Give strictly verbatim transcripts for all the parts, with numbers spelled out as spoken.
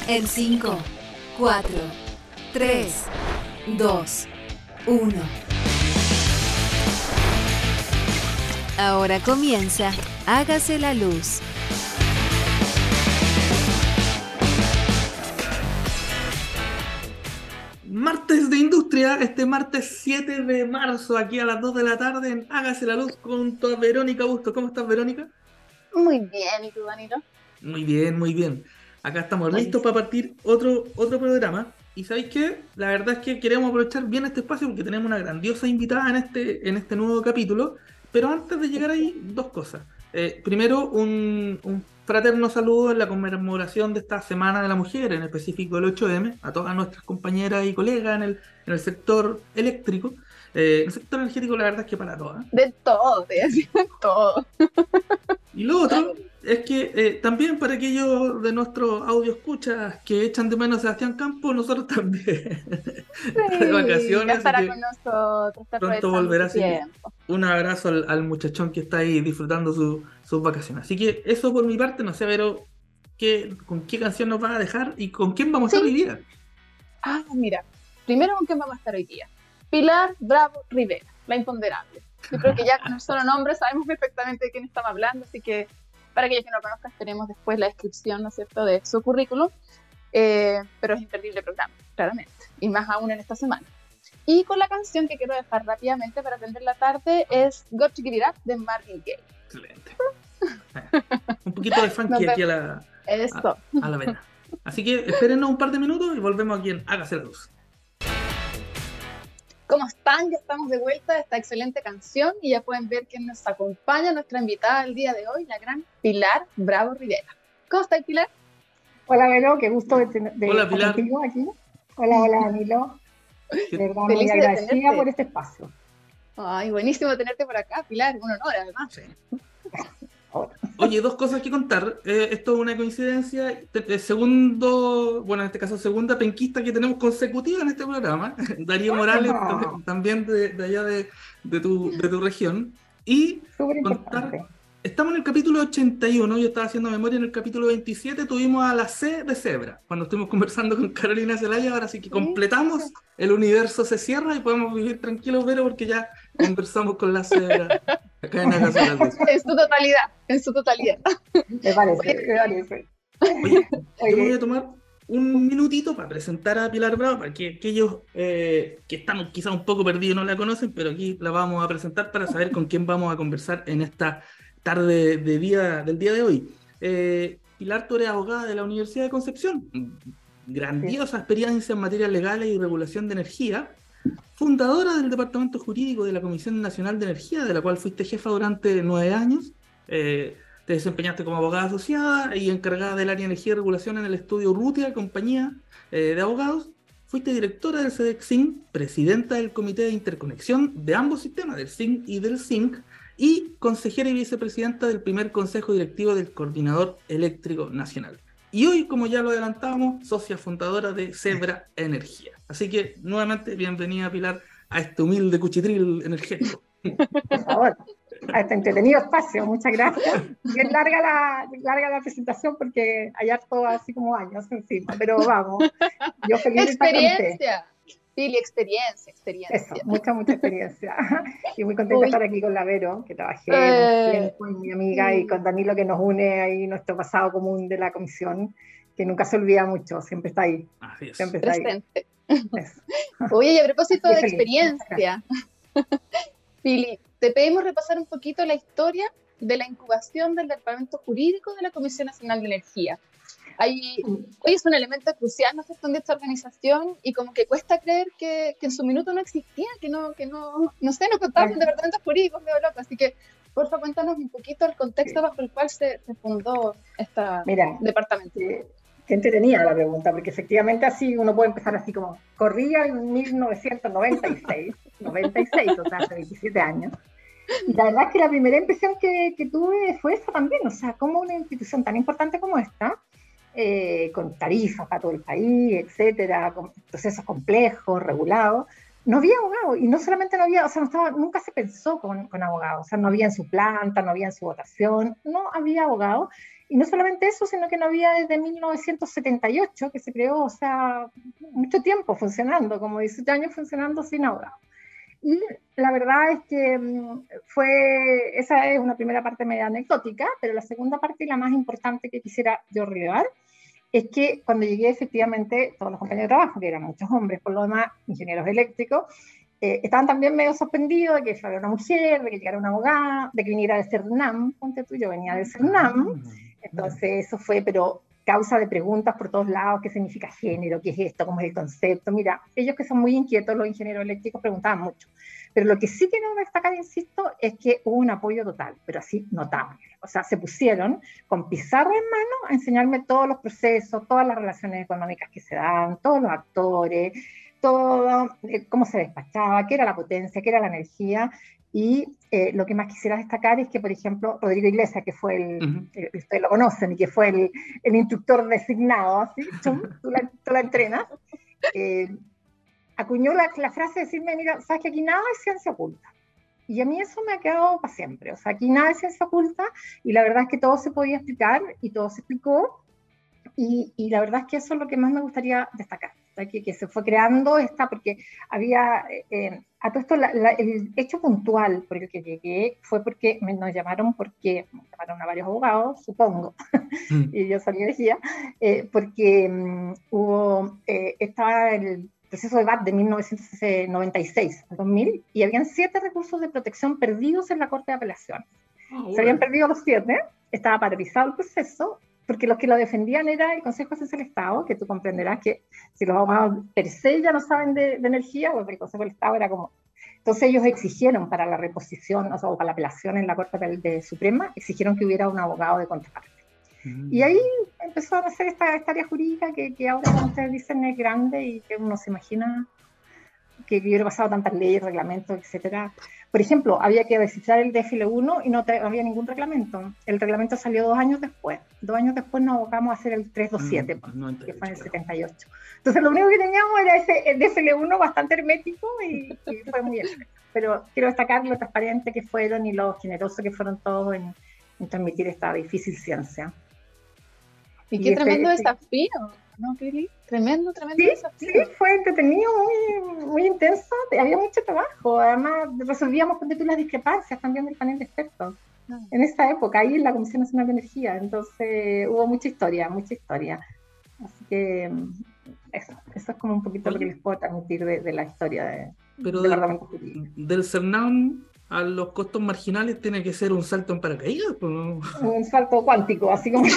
En cinco, cuatro, tres, dos, uno. Ahora comienza Hágase la Luz. Martes de Industria, este martes siete de marzo, aquí a las dos de la tarde en Hágase la Luz junto a Verónica Busto. ¿Cómo estás, Verónica? Muy bien, ¿y tú, Danilo? Muy bien, muy bien. Acá estamos listos Buenísimo. para partir otro, otro programa. ¿Y sabéis qué? La verdad es que queremos aprovechar bien este espacio porque tenemos una grandiosa invitada en este, en este nuevo capítulo. Pero antes de llegar ahí, dos cosas. Eh, primero, un, un fraterno saludo en la conmemoración de esta Semana de la Mujer, en específico el ocho eme, a todas nuestras compañeras y colegas en el, en el sector eléctrico. Eh, el sector energético, la verdad es que para todas. De todo, te decía, de todo. Y lo otro es que eh, también para aquellos de nuestros audio escuchas que echan de menos a Sebastián Campos, nosotros también está de Sí, ya vacaciones, así estará con que nosotros, está pronto aprovechando volverá. su Así que tiempo. un abrazo al, al muchachón que está ahí disfrutando su- sus vacaciones. Así que eso por mi parte, no sé, pero ¿qué, con qué canción nos va a dejar y con quién vamos a estar hoy Sí, día? ah, mira, primero con quién vamos a estar hoy día. Pilar Bravo Rivera, la imponderable. Yo creo que ya con el solo nombre sabemos perfectamente de quién estamos hablando, así que para aquellos que no lo conozcan, esperemos después la descripción, ¿no es cierto?, de su currículum. Eh, pero es imperdible programa, claramente, y más aún en esta semana. Y con la canción que quiero dejar rápidamente para atender la tarde es Got to Give It Up de Marvin Gaye. Excelente. Un poquito de Nos funky aquí a vemos. la, a, Eso. a la vena. Así que espérenos un par de minutos y volvemos aquí en Hágase la Luz. ¿Cómo están? Ya estamos de vuelta de esta excelente canción y ya pueden ver quién nos acompaña, nuestra invitada el día de hoy, la gran Pilar Bravo Rivera. ¿Cómo estás, Pilar? Hola, Vero, qué gusto de, de Hola, estar Pilar. contigo aquí. Hola, hola, Danilo. ¿Qué- De verdad, muy Feliz de agradecida tenerte. por este espacio. Ay, buenísimo tenerte por acá, Pilar, un honor además. Sí. Ahora, Oye, dos cosas que contar. Eh, esto es una coincidencia. Te- eh, segundo, bueno, en este caso, segunda penquista que tenemos consecutiva en este programa. Darío Morales, t- también de, de allá de, de tu, de tu región. Y súper contar, importante. estamos en el capítulo ochenta y uno. Yo estaba haciendo memoria. En el capítulo veintisiete tuvimos a la C de Zebra, cuando estuvimos conversando con Carolina Zelaya. Ahora sí que completamos, el universo se cierra y podemos vivir tranquilos, pero porque ya conversamos con la Zebra acá en Hágase la Luz. En su totalidad, en su totalidad. Me parece, Oye, me parece. Oye, yo me voy a Oye, tomar un minutito para presentar a Pilar Bravo, para que aquellos eh, que están quizás un poco perdidos y no la conocen, pero aquí la vamos a presentar para saber con quién vamos a conversar en esta tarde de día, del día de hoy. Eh, Pilar, tú eres abogada de la Universidad de Concepción, sí, grandiosa experiencia en materia legales y regulación de energía, fundadora del Departamento Jurídico de la Comisión Nacional de Energía, de la cual fuiste jefa durante nueve años. Eh, te desempeñaste como abogada asociada y encargada del área de energía y regulación en el estudio Rutia, compañía eh, de abogados. Fuiste directora del SEDEC-SINC, presidenta del Comité de Interconexión de ambos sistemas, del SINC y del SINC, y consejera y vicepresidenta del primer consejo directivo del Coordinador Eléctrico Nacional. Y hoy, como ya lo adelantábamos, socia fundadora de Zebra Energía. Así que, nuevamente, bienvenida, Pilar, a este humilde cuchitril energético. por favor, a este entretenido espacio, muchas gracias. Bien larga la, larga la presentación porque hay harto así como años encima, pero vamos, yo feliz de estar con usted. experiencia, Pili, experiencia, Eso, experiencia. mucha, mucha experiencia. Y muy contenta de Uy, estar aquí con la Vero, que trabajé mucho eh, tiempo, y mi amiga, y con Danilo, que nos une ahí nuestro pasado común de la comisión, que nunca se olvida mucho, siempre está ahí, Así es. siempre está ahí. presente. Eso. Oye, y a propósito Así que de feliz, muchas gracias. experiencia, Pili, te pedimos repasar un poquito la historia de la incubación del Departamento Jurídico de la Comisión Nacional de Energía. Ahí, hoy es un elemento crucial, ¿no es cierto?, de esta organización, y como que cuesta creer que, que en su minuto no existía, que no, que no, no sé, no contaban con departamentos jurídicos, medio loco. Así que, por favor, cuéntanos un poquito el contexto bajo el cual se, se fundó este Mira, departamento. eh, qué entretenida la pregunta, porque efectivamente así uno puede empezar así como, corría en mil novecientos noventa y seis, noventa y seis, o sea, hace veintisiete años. Y la verdad es que la primera impresión que, que tuve fue esa también, o sea, como una institución tan importante como esta, eh, con tarifas para todo el país, etcétera, con procesos complejos, regulados, no había abogados, y no solamente no había, o sea, no estaba, nunca se pensó con, con abogados, o sea, no había en su planta, no había en su votación, no había abogados, Y no solamente eso, sino que no había desde mil novecientos setenta y ocho que se creó, o sea, mucho tiempo funcionando, como dieciocho años funcionando sin abogado. Y la verdad es que fue, esa es una primera parte media anecdótica, pero la segunda parte y la más importante que quisiera yo relevar es que cuando llegué efectivamente todos los compañeros de trabajo, que eran muchos hombres, por lo demás, ingenieros eléctricos, eh, estaban también medio sorprendidos de que fuera una mujer, de que llegara una abogada, de que viniera del CERNAM, ponte tú, yo venía del CERNAM, entonces eso fue, pero causa de preguntas por todos lados, qué significa género, qué es esto, cómo es el concepto. Mira, ellos que son muy inquietos, los ingenieros eléctricos, preguntaban mucho. Pero lo que sí quiero destacar, insisto, es que hubo un apoyo total, pero así notable. O sea, se pusieron con pizarra en mano a enseñarme todos los procesos, todas las relaciones económicas que se dan, todos los actores, todo, eh, cómo se despachaba, qué era la potencia, qué era la energía. Y eh, lo que más quisiera destacar es que, por ejemplo, Rodrigo Iglesias, que fue el, uh-huh. eh, ustedes lo conocen, y que fue el, el instructor designado, así, chum, tú, la, tú la entrenas, eh, acuñó la, la frase de decirme, mira, sabes que aquí nada es ciencia oculta. Y a mí eso me ha quedado para siempre. O sea, aquí nada es ciencia oculta, y la verdad es que todo se podía explicar, y todo se explicó, y, y la verdad es que eso es lo que más me gustaría destacar. Que, que se fue creando esta, porque había, eh, a todo esto, la, la, el hecho puntual por el que llegué fue porque me, nos llamaron, porque me llamaron a varios abogados, supongo, mm. y yo salí de guía, eh, porque um, hubo, eh, estaba el proceso de B A T de mil novecientos noventa y seis al dos mil, y habían siete recursos de protección perdidos en la Corte de Apelaciones. Oh, bueno. Se habían perdido los siete, estaba paralizado el proceso, porque los que lo defendían era el Consejo de Defensa del Estado, que tú comprenderás que si los abogados per se ya no saben de, de energía, pues el Consejo del Estado era como... Entonces ellos exigieron para la reposición, o sea, o para la apelación en la Corte de, de Suprema, exigieron que hubiera un abogado de contraparte. Mm. Y ahí empezó a nacer esta, esta área jurídica que, que ahora, como ustedes dicen, es grande y que uno se imagina que hubiera pasado tantas leyes, reglamentos, etcétera. Por ejemplo, había que descifrar el D F L uno y no, te, no había ningún reglamento. El reglamento salió dos años después. Dos años después nos abocamos a hacer el trescientos veintisiete, mm, no, no que fue en el setenta y ocho. Entonces lo único que teníamos era ese D F L uno bastante hermético y, y fue muy bien. Pero quiero destacar lo transparente que fueron y lo generoso que fueron todos en, en transmitir esta difícil ciencia. Y, y qué este, tremendo este, desafío, ¿no, Pili? Tremendo, tremendo sí, desafío. Sí, fue entretenido, muy, muy intenso, había mucho trabajo, además resolvíamos con las discrepancias también del panel de expertos. Ah. En esa época, ahí en la Comisión Nacional de Energía, entonces hubo mucha historia, mucha historia. Así que eso, eso es como un poquito Oye, lo que les puedo transmitir de, de la historia de, pero del Departamento Jurídico. Del CERNAM a los costos marginales tiene que ser un salto en paracaídas, pues, ¿no? Un salto cuántico, así como...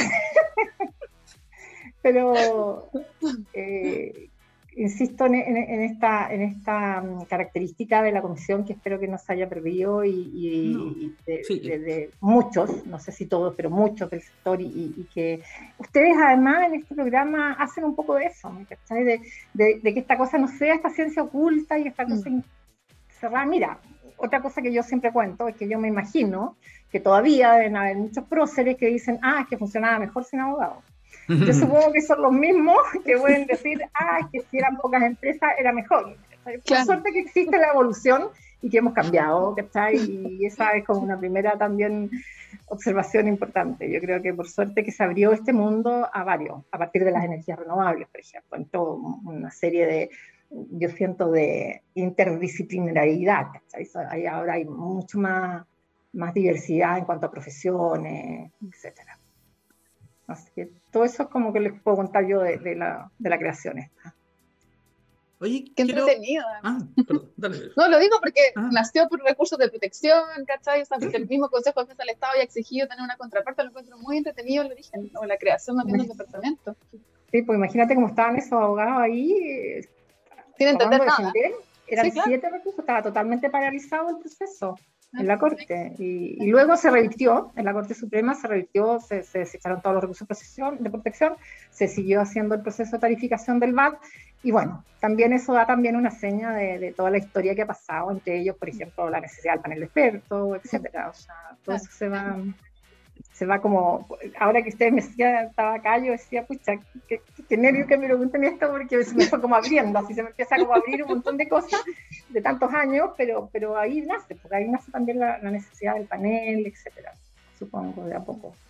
Pero, eh, insisto en, en, en, esta, en esta característica de la comisión que espero que no se haya perdido y, y, no, y de, sí. de, de muchos, no sé si todos, pero muchos del sector y, y que ustedes además en este programa hacen un poco de eso, ¿sabes? De, de, de que esta cosa no sea esta ciencia oculta y esta cosa mm. cerrada. Mira, otra cosa que yo siempre cuento es que yo me imagino que todavía deben haber muchos próceres que dicen, ah, es que funcionaba mejor sin abogado. Yo supongo que son los mismos que pueden decir, ah, que si eran pocas empresas era mejor. Por claro. suerte que existe la evolución y que hemos cambiado, ¿cachai? Y esa es como una primera también observación importante. Yo creo que por suerte que se abrió este mundo a varios, a partir de las energías renovables, por ejemplo, en toda una serie de, yo siento, de interdisciplinariedad, ¿cachai? Ahora hay mucho más, más diversidad en cuanto a profesiones, etcétera. Así que todo eso es como que les puedo contar yo de, de, la, de la creación esta. Oye, qué quiero... entretenido. Ah, perdón, dale. No, lo digo porque ah. nació por recursos de protección, ¿cachai? O sea, porque el mismo Consejo de Defensa del Estado había exigido tener una contraparte, lo encuentro muy entretenido el origen, o la creación más bien del departamento. Sí, pues imagínate cómo estaban esos abogados ahí. Sin entender nada. Defender. Eran sí, claro. siete recursos, estaba totalmente paralizado el proceso en la Corte, y, y luego se revirtió, en la Corte Suprema se revirtió, se, se desecharon todos los recursos de protección, de protección, se siguió haciendo el proceso de tarificación del V A T, y bueno, también eso da también una seña de, de toda la historia que ha pasado, entre ellos, por ejemplo, la necesidad del panel de expertos, etcétera. O sea, todo eso se va, se va como, ahora que ustedes me decían, estaba acá, yo decía, pucha, qué, qué nervio que me pregunten esto, porque se me fue como abriendo, así se me empieza como a abrir un montón de cosas de tantos años, pero, pero ahí nace, porque ahí nace también la, la necesidad del panel, etcétera, supongo, de a poco.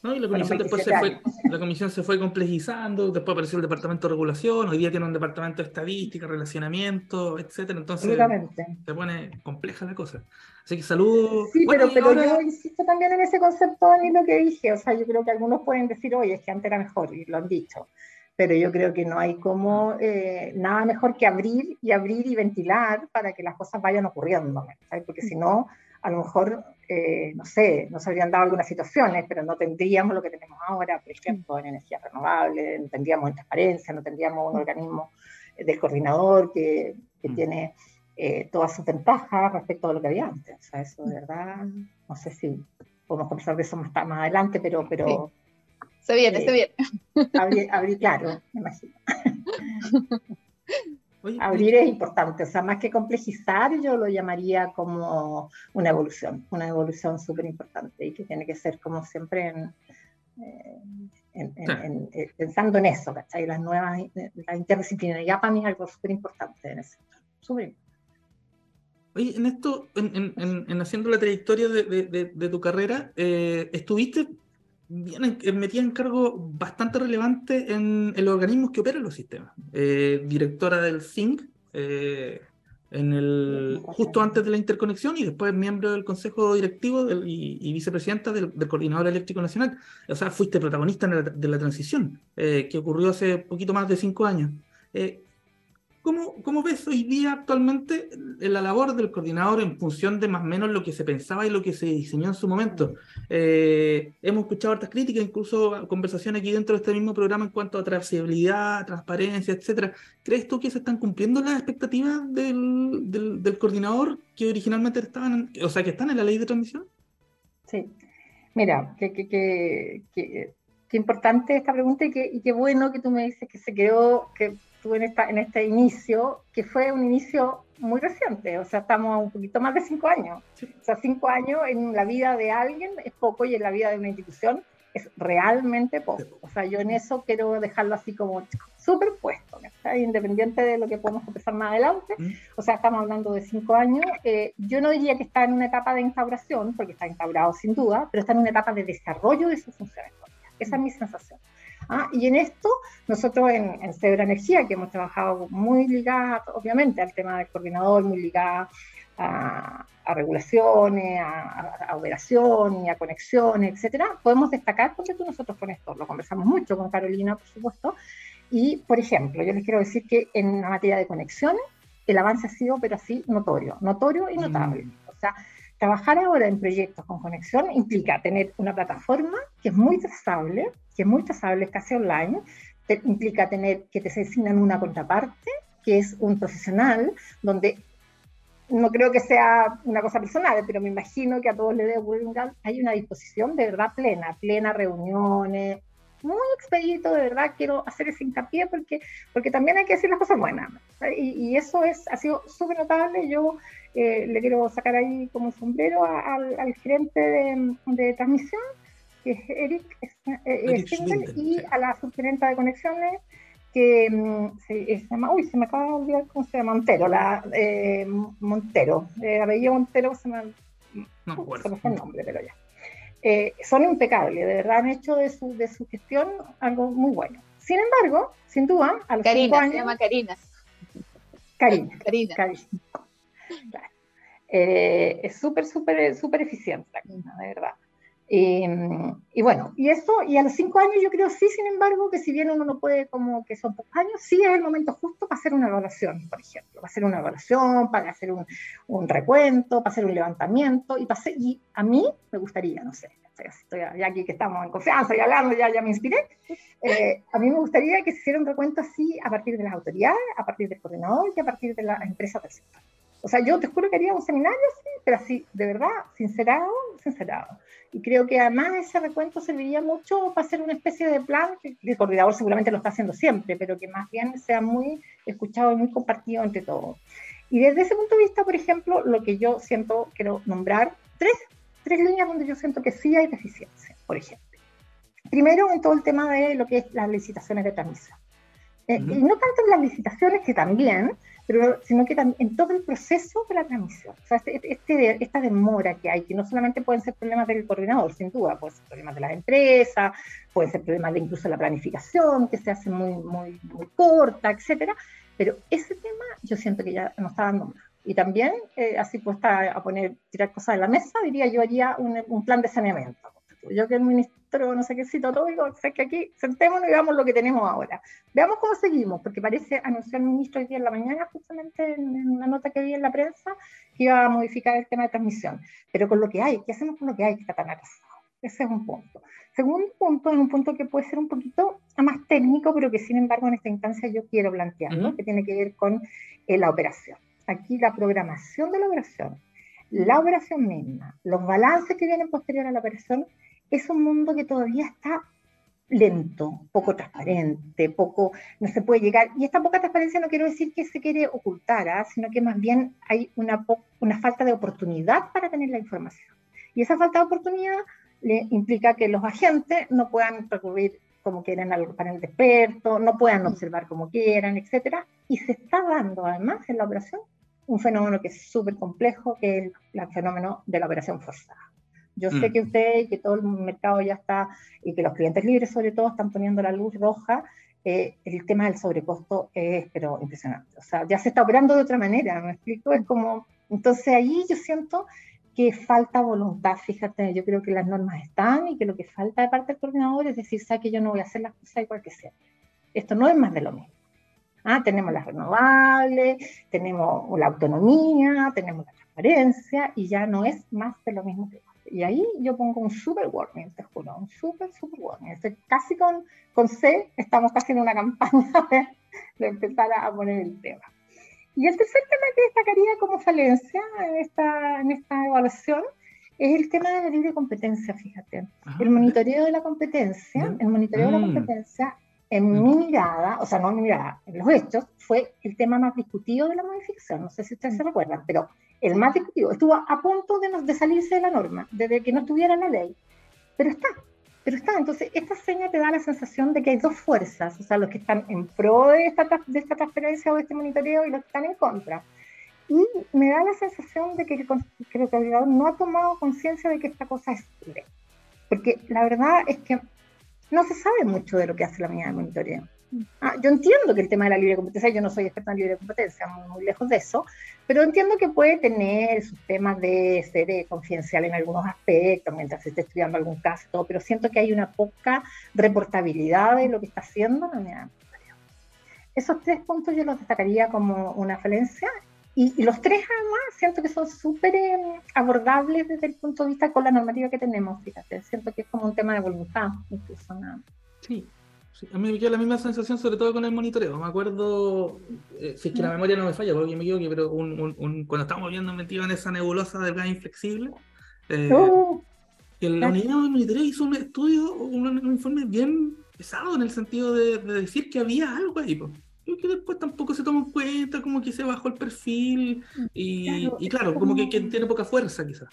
¿no? Y la comisión Fueron después se veintisiete fue, años. la comisión se fue complejizando, después apareció el departamento de regulación, hoy día tiene un departamento de estadística, relacionamiento, etcétera, entonces Absolutamente. se pone compleja la cosa. Así que saludos. Sí, Bueno, pero, y pero ahora, yo insisto también en ese concepto, Dani, lo que dije. O sea, yo creo que algunos pueden decir, oye, es que antes era mejor, y lo han dicho. Pero yo creo que no hay como eh, nada mejor que abrir y abrir y ventilar para que las cosas vayan ocurriendo, ¿sabes? Porque si no, a lo mejor, eh, no sé, nos habrían dado algunas situaciones, pero no tendríamos lo que tenemos ahora, por ejemplo, en energías renovables, no tendríamos en transparencia, no tendríamos un organismo del coordinador que, que Mm. tiene eh, todas sus ventajas respecto a lo que había antes. O sea, eso de verdad, no sé si podemos conversar de eso más, más adelante, pero... pero Se viene, eh, se viene. abrir, abrir, claro, me imagino. oye, Abrir es importante, o sea, más que complejizar, yo lo llamaría como una evolución, una evolución súper importante y que tiene que ser como siempre en, eh, en, en, en, en, pensando en eso, ¿cachai? Las nuevas, la interdisciplinaridad para mí es algo súper importante en ese sector, súper importante. Oye, en esto, en, en, en, en haciendo la trayectoria de, de, de, de tu carrera, eh, estuviste bien en, metida en cargo bastante relevante en, en los organismos que operan los sistemas. Eh, directora del C I N C, eh, en el, justo antes de la interconexión, y después miembro del Consejo Directivo del, y, y vicepresidenta del, del Coordinador Eléctrico Nacional. O sea, fuiste protagonista de la, de la transición, eh, que ocurrió hace poquito más de cinco años. Eh, ¿Cómo, ¿Cómo ves hoy día actualmente la labor del coordinador en función de más o menos lo que se pensaba y lo que se diseñó en su momento? Eh, hemos escuchado hartas críticas, incluso conversaciones aquí dentro de este mismo programa en cuanto a trazabilidad, transparencia, etcétera. ¿Crees tú que se están cumpliendo las expectativas del, del, del coordinador que originalmente estaban, o sea, que están en la ley de transmisión? Sí, mira, que, que, que, que, que importante esta pregunta y que, y qué bueno que tú me dices que se quedó, que tú en, esta, en este inicio, que fue un inicio muy reciente, o sea, estamos a un poquito más de cinco años. Sí. O sea, cinco años en la vida de alguien es poco y en la vida de una institución es realmente poco. O sea, yo en eso quiero dejarlo así como superpuesto, ¿está? Independiente de lo que podemos conversar más adelante. ¿Mm? O sea, estamos hablando de cinco años. Eh, yo no diría que está en una etapa de instauración, porque está instaurado sin duda, pero está en una etapa de desarrollo de sus funciones. Esa es mi sensación. ¿Ah? Y en esto, nosotros en, en Cebra Energía, que hemos trabajado muy ligada, obviamente, al tema del coordinador, muy ligada a, a regulaciones, a, a, a operaciones, a conexiones, etcétera, podemos destacar, porque tú nosotros con esto lo conversamos mucho con Carolina, por supuesto, y, por ejemplo, yo les quiero decir que en la materia de conexiones, el avance ha sido, pero así, notorio, notorio y notable. Mm. O sea, trabajar ahora en proyectos con conexión implica tener una plataforma que es muy trazable, que es muy trazable, es casi online, te, implica tener que te asignan una contraparte, que es un profesional, donde no creo que sea una cosa personal, pero me imagino que a todos les debe ocurrir, hay una disposición de verdad plena, plena reuniones, muy expedito, de verdad quiero hacer ese hincapié porque, porque también hay que decir las cosas buenas, y, y eso es, ha sido súper notable. Yo eh, le quiero sacar ahí como sombrero a, al, al gerente de, de transmisión, que es Eric, es, eh, Schindel, y a la subgerenta de conexiones, que um, se, se llama, uy, se me acaba de olvidar cómo se llama, Montero, la, eh, Montero, eh, apellido Montero, se me, no, uh, se me fue el nombre, pero ya. Eh, son impecables, de verdad han hecho de su, de su gestión algo muy bueno. Sin embargo, sin duda, a los Karina, cinco años... se llama Karina. Karina. Karina. Karina. Claro. Eh, es súper, súper, súper eficiente la Karina, de verdad. Y, y bueno, y eso, y a los cinco años yo creo sí, sin embargo, que si bien uno no puede, como que son pocos años, sí es el momento justo para hacer una evaluación, por ejemplo, para hacer una evaluación, para hacer un, un recuento, para hacer un levantamiento, y, para hacer, y a mí me gustaría, no sé, estoy ya aquí que estamos en confianza y hablando, ya, ya me inspiré, eh, a mí me gustaría que se hiciera un recuento así a partir de las autoridades, a partir del coordinador y a partir de las empresas del sector. O sea, yo te juro que haría un seminario así, pero así, de verdad, sincerado, sincerado. Y creo que además ese recuento serviría mucho para hacer una especie de plan, que el coordinador seguramente lo está haciendo siempre, pero que más bien sea muy escuchado y muy compartido entre todos. Y desde ese punto de vista, por ejemplo, lo que yo siento, quiero nombrar tres, tres líneas donde yo siento que sí hay deficiencia, por ejemplo. Primero, en todo el tema de lo que es las licitaciones de transmisión. Eh, Ujú. Y no tanto en las licitaciones, que también, pero, sino que también en todo el proceso de la transmisión. O sea, este, este- esta demora que hay, que no solamente pueden ser problemas del coordinador, sin duda, pueden ser problemas de las empresas, pueden ser problemas de incluso la planificación, que se hace muy, muy, muy corta, etcétera. Pero ese tema yo siento que ya no está dando más. Y también, eh, así puesta a poner, tirar cosas en la mesa, diría yo haría un, un plan de saneamiento. Yo que el ministro, no sé qué cito todo, digo, sé que aquí sentémonos y veamos lo que tenemos ahora. Veamos cómo seguimos, porque parece, anunció el ministro hoy día en la mañana, justamente en, en una nota que vi en la prensa, que iba a modificar el tema de transmisión. Pero con lo que hay, ¿qué hacemos con lo que hay que está tan atrasado? Ese es un punto. Segundo punto, es un punto que puede ser un poquito más técnico, pero que sin embargo en esta instancia yo quiero plantearlo, Ujú. que tiene que ver con eh, la operación. Aquí la programación de la operación, la operación misma, los balances que vienen posterior a la operación, es un mundo que todavía está lento, poco transparente, poco, no se puede llegar, y esta poca transparencia no quiero decir que se quiere ocultar, ¿eh? Sino que más bien hay una, una falta de oportunidad para tener la información. Y esa falta de oportunidad le implica que los agentes no puedan recurrir como quieren al panel de expertos, no puedan observar como quieran, etcétera. Y se está dando además en la operación un fenómeno que es súper complejo, que es el, el fenómeno de la operación forzada. Yo sé que Mm. usted y que todo el mercado ya está, y que los clientes libres sobre todo están poniendo la luz roja, eh, el tema del sobrecosto es, pero impresionante. O sea, ya se está operando de otra manera, ¿me explico? Es como, entonces ahí yo siento que falta voluntad, fíjate, yo creo que las normas están y que lo que falta de parte del coordinador es decir, sabe que yo no voy a hacer las cosas igual que sea. Esto no es más de lo mismo. Ah, tenemos las renovables, tenemos la autonomía, tenemos la transparencia y ya no es más de lo mismo que antes. Y ahí yo pongo un super warning, te juro, un super, super warning. Estoy casi con, con C, estamos casi en una campaña de, de empezar a poner el tema. Y el tercer tema que destacaría como falencia en esta, en esta evaluación es el tema de la libre competencia, fíjate. Ajá, El ¿eh? monitoreo de la competencia, ¿Ya? el monitoreo de la Mm. competencia, en Mm. mi mirada, o sea, no en mi mirada, en los hechos, fue el tema más discutido de la modificación. No sé si ustedes se recuerdan, pero el más discutido estuvo a punto de, de salirse de la norma, desde que no estuviera en la ley. Pero está, pero está. Entonces, esta seña te da la sensación de que hay dos fuerzas, o sea, los que están en pro de esta, de esta transferencia o de este monitoreo y los que están en contra. Y me da la sensación de que el, que el coordinador no ha tomado conciencia de que esta cosa es ley. Porque la verdad es que no se sabe mucho de lo que hace la unidad de monitoreo. Ah, yo entiendo que el tema de la libre competencia, yo no soy experta en libre competencia, muy, muy lejos de eso, pero entiendo que puede tener sus temas de ser eh, confidencial en algunos aspectos, mientras se esté estudiando algún caso, todo, pero siento que hay una poca reportabilidad de lo que está haciendo la unidad de monitoreo. Esos tres puntos yo los destacaría como una falencia, y, y los tres además siento que son súper eh, abordables desde el punto de vista con la normativa que tenemos, fíjate, siento que es como un tema de voluntad, incluso nada. Sí. Sí, a mí me queda la misma sensación, sobre todo con el monitoreo. Me acuerdo, eh, si es que la memoria no me falla, porque me equivoqué, pero un, un, un, cuando estábamos viendo metido en esa nebulosa del gas inflexible, eh, Uh, que la claro. unidad de monitoreo hizo un estudio, un, un informe bien pesado en el sentido de, de decir que había algo ahí, pues. Y que después tampoco se tomó en cuenta, como que se bajó el perfil, y, Claro, y es claro, como que, que como... tiene poca fuerza, quizás.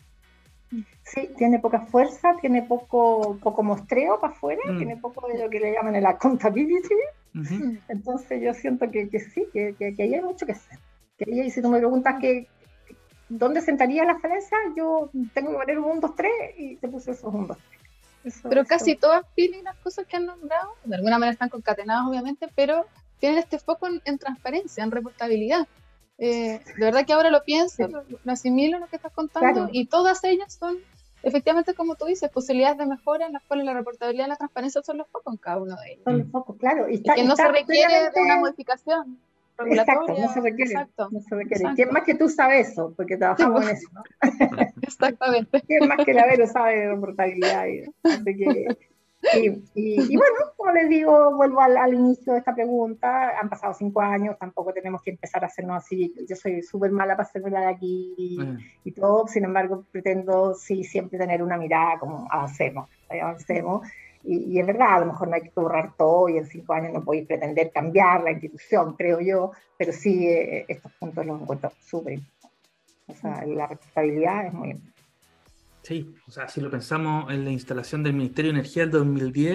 Sí, tiene poca fuerza, tiene poco, poco mostreo para afuera, Mm. tiene poco de lo que le llaman el accountability. Uh-huh. Entonces yo siento que, que sí, que, que, que ahí hay mucho que hacer. Que ahí, si tú me preguntas que, dónde sentaría la falencia, yo tengo que poner un uno, dos, tres y te puse esos uno, dos, tres. Eso, Pero eso. casi todas Pili, las cosas que han nombrado, de alguna manera están concatenadas obviamente, pero tienen este foco en, en transparencia, en reportabilidad. Eh, de verdad que ahora lo pienso, Sí. lo, lo asimilo lo que estás contando, Claro. y todas ellas son, efectivamente, como tú dices, posibilidades de mejora en las cuales la reportabilidad y la transparencia son los focos en cada uno de ellos. Son los focos, claro. Y, Y está, que y no se está requiere plenamente... de una modificación Exacto, regulatoria. no se requiere. Exacto, No se requiere. exacto. ¿Quién más que tú sabe eso? Porque trabajamos en eso, ¿no? Exactamente. ¿Quién más que la Vero sabe de reportabilidad? Así que... Y, y, y bueno, como les digo, vuelvo al, al inicio de esta pregunta, han pasado cinco años, tampoco tenemos que empezar a hacernos así, yo soy súper mala para hacerme la de aquí y, Uh-huh. y todo, sin embargo, pretendo sí siempre tener una mirada como avancemos, avancemos, y, y es verdad, a lo mejor no hay que borrar todo y en cinco años no podéis pretender cambiar la institución, creo yo, pero sí eh, estos puntos los encuentro súper importantes, o sea, la responsabilidad es muy importante. Sí, o sea, si lo pensamos en la instalación del Ministerio de Energía del dos mil diez,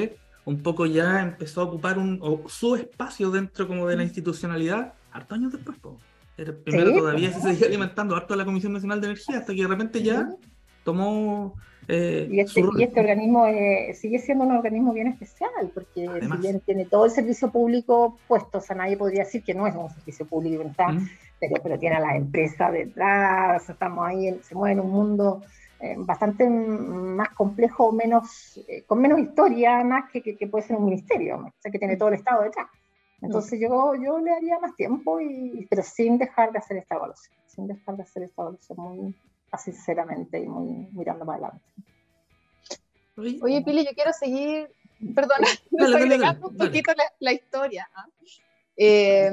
un poco ya empezó a ocupar un, o su espacio dentro como de la institucionalidad, hartos años después, po. Era- Primero Sí, todavía pues, se seguía alimentando harto a la Comisión Nacional de Energía, hasta que de repente ya ¿no? tomó eh, Y su este, y rol. este organismo eh, sigue siendo un organismo bien especial, porque si Además. bien tiene todo el servicio público puesto, o sea, nadie podría decir que no es un servicio público, ¿verdad? ¿Mm? pero, pero tiene a las empresas detrás, o sea, estamos ahí, en- se mueve en un mundo eh, bastante más complejo, menos, eh, con menos historia, más que, que, que puede ser un ministerio, ¿no? O sea, que tiene todo el Estado detrás. Entonces yo, yo le daría más tiempo, y, pero sin dejar de hacer esta evaluación, sin dejar de hacer esta evaluación muy sinceramente y muy mirando para adelante. Oye, Oye, Pili, yo quiero seguir, perdona, dale, dale, dale, desagregando un dale. poquito la, la historia. ¿Ah? Eh,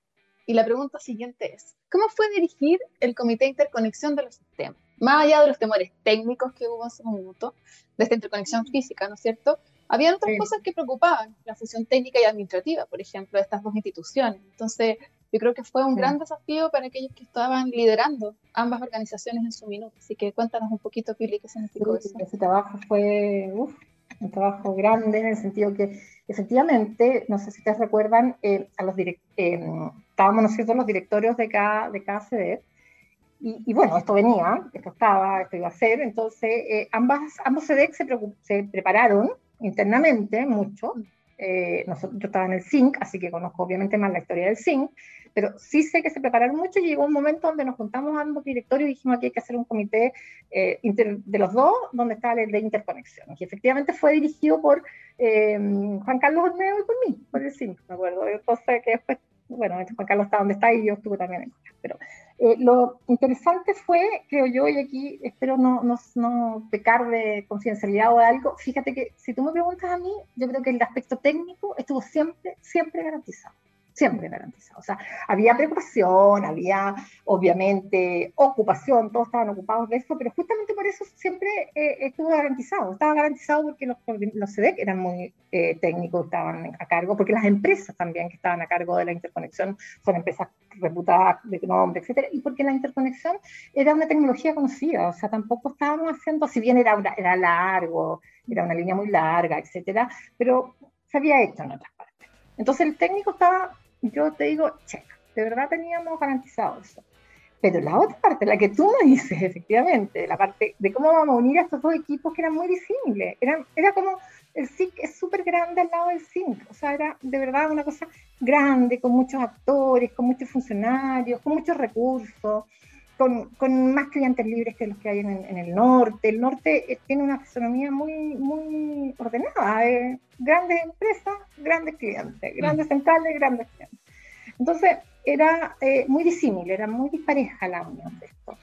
y la pregunta siguiente es, ¿cómo fue dirigir el Comité de Interconexión de los Sistemas? Más allá de los temores técnicos que hubo en su minuto, de esta interconexión física, ¿no es cierto? Había otras Sí. cosas que preocupaban, la fusión técnica y administrativa, por ejemplo, de estas dos instituciones. Entonces, yo creo que fue un Sí. gran desafío para aquellos que estaban liderando ambas organizaciones en su minuto. Así que cuéntanos un poquito, Pili, qué significó Sí, eso. ese trabajo fue uf, un trabajo grande en el sentido que efectivamente, no sé si te recuerdan, eh, a los direct, eh, estábamos, ¿no es cierto?, los directorios de cada, de cada C D, y, y bueno, esto venía, esto estaba, esto iba a ser, entonces eh, ambas, ambos C D se, se prepararon internamente mucho. Eh, nosotros, yo estaba en el C I N C, así que conozco obviamente más la historia del C I N C, pero sí sé que se prepararon mucho, y llegó un momento donde nos juntamos ambos directorios y dijimos que hay que hacer un comité eh, inter, de los dos, donde está el de interconexión, y efectivamente fue dirigido por eh, Juan Carlos Olmedo y por mí, por el C I N C, me acuerdo. Entonces, que después, bueno, Juan Carlos está donde está y yo estuve también en Costa, pero eh, lo interesante fue, creo yo, y aquí espero no, no, no pecar de confidencialidad o de algo, fíjate que si tú me preguntas a mí, yo creo que el aspecto técnico estuvo siempre, siempre garantizado. Siempre garantizado. O sea, había preocupación, había obviamente ocupación, todos estaban ocupados de eso, pero justamente por eso siempre eh, estuvo garantizado. Estaba garantizado porque los, los C D E C eran muy eh, técnicos, estaban a cargo, porque las empresas también que estaban a cargo de la interconexión son empresas reputadas de nombre, etcétera, y porque la interconexión era una tecnología conocida, o sea, tampoco estábamos haciendo, si bien era, una, era largo, era una línea muy larga, etcétera, pero se había hecho en otras partes. Entonces el técnico estaba, yo te digo, check, de verdad teníamos garantizado eso. Pero la otra parte, la que tú me dices, efectivamente, la parte de cómo vamos a unir a estos dos equipos que eran muy disímiles, eran, era como, el S I C es súper grande al lado del S I N C, o sea, era de verdad una cosa grande, con muchos actores, con muchos funcionarios, con muchos recursos, con, con más clientes libres que los que hay en, en el norte. El norte eh, tiene una fisonomía muy, muy ordenada, eh, grandes empresas, grandes clientes, grandes centrales, grandes clientes. Entonces, era eh, muy disímil, era muy dispareja la unión de esto.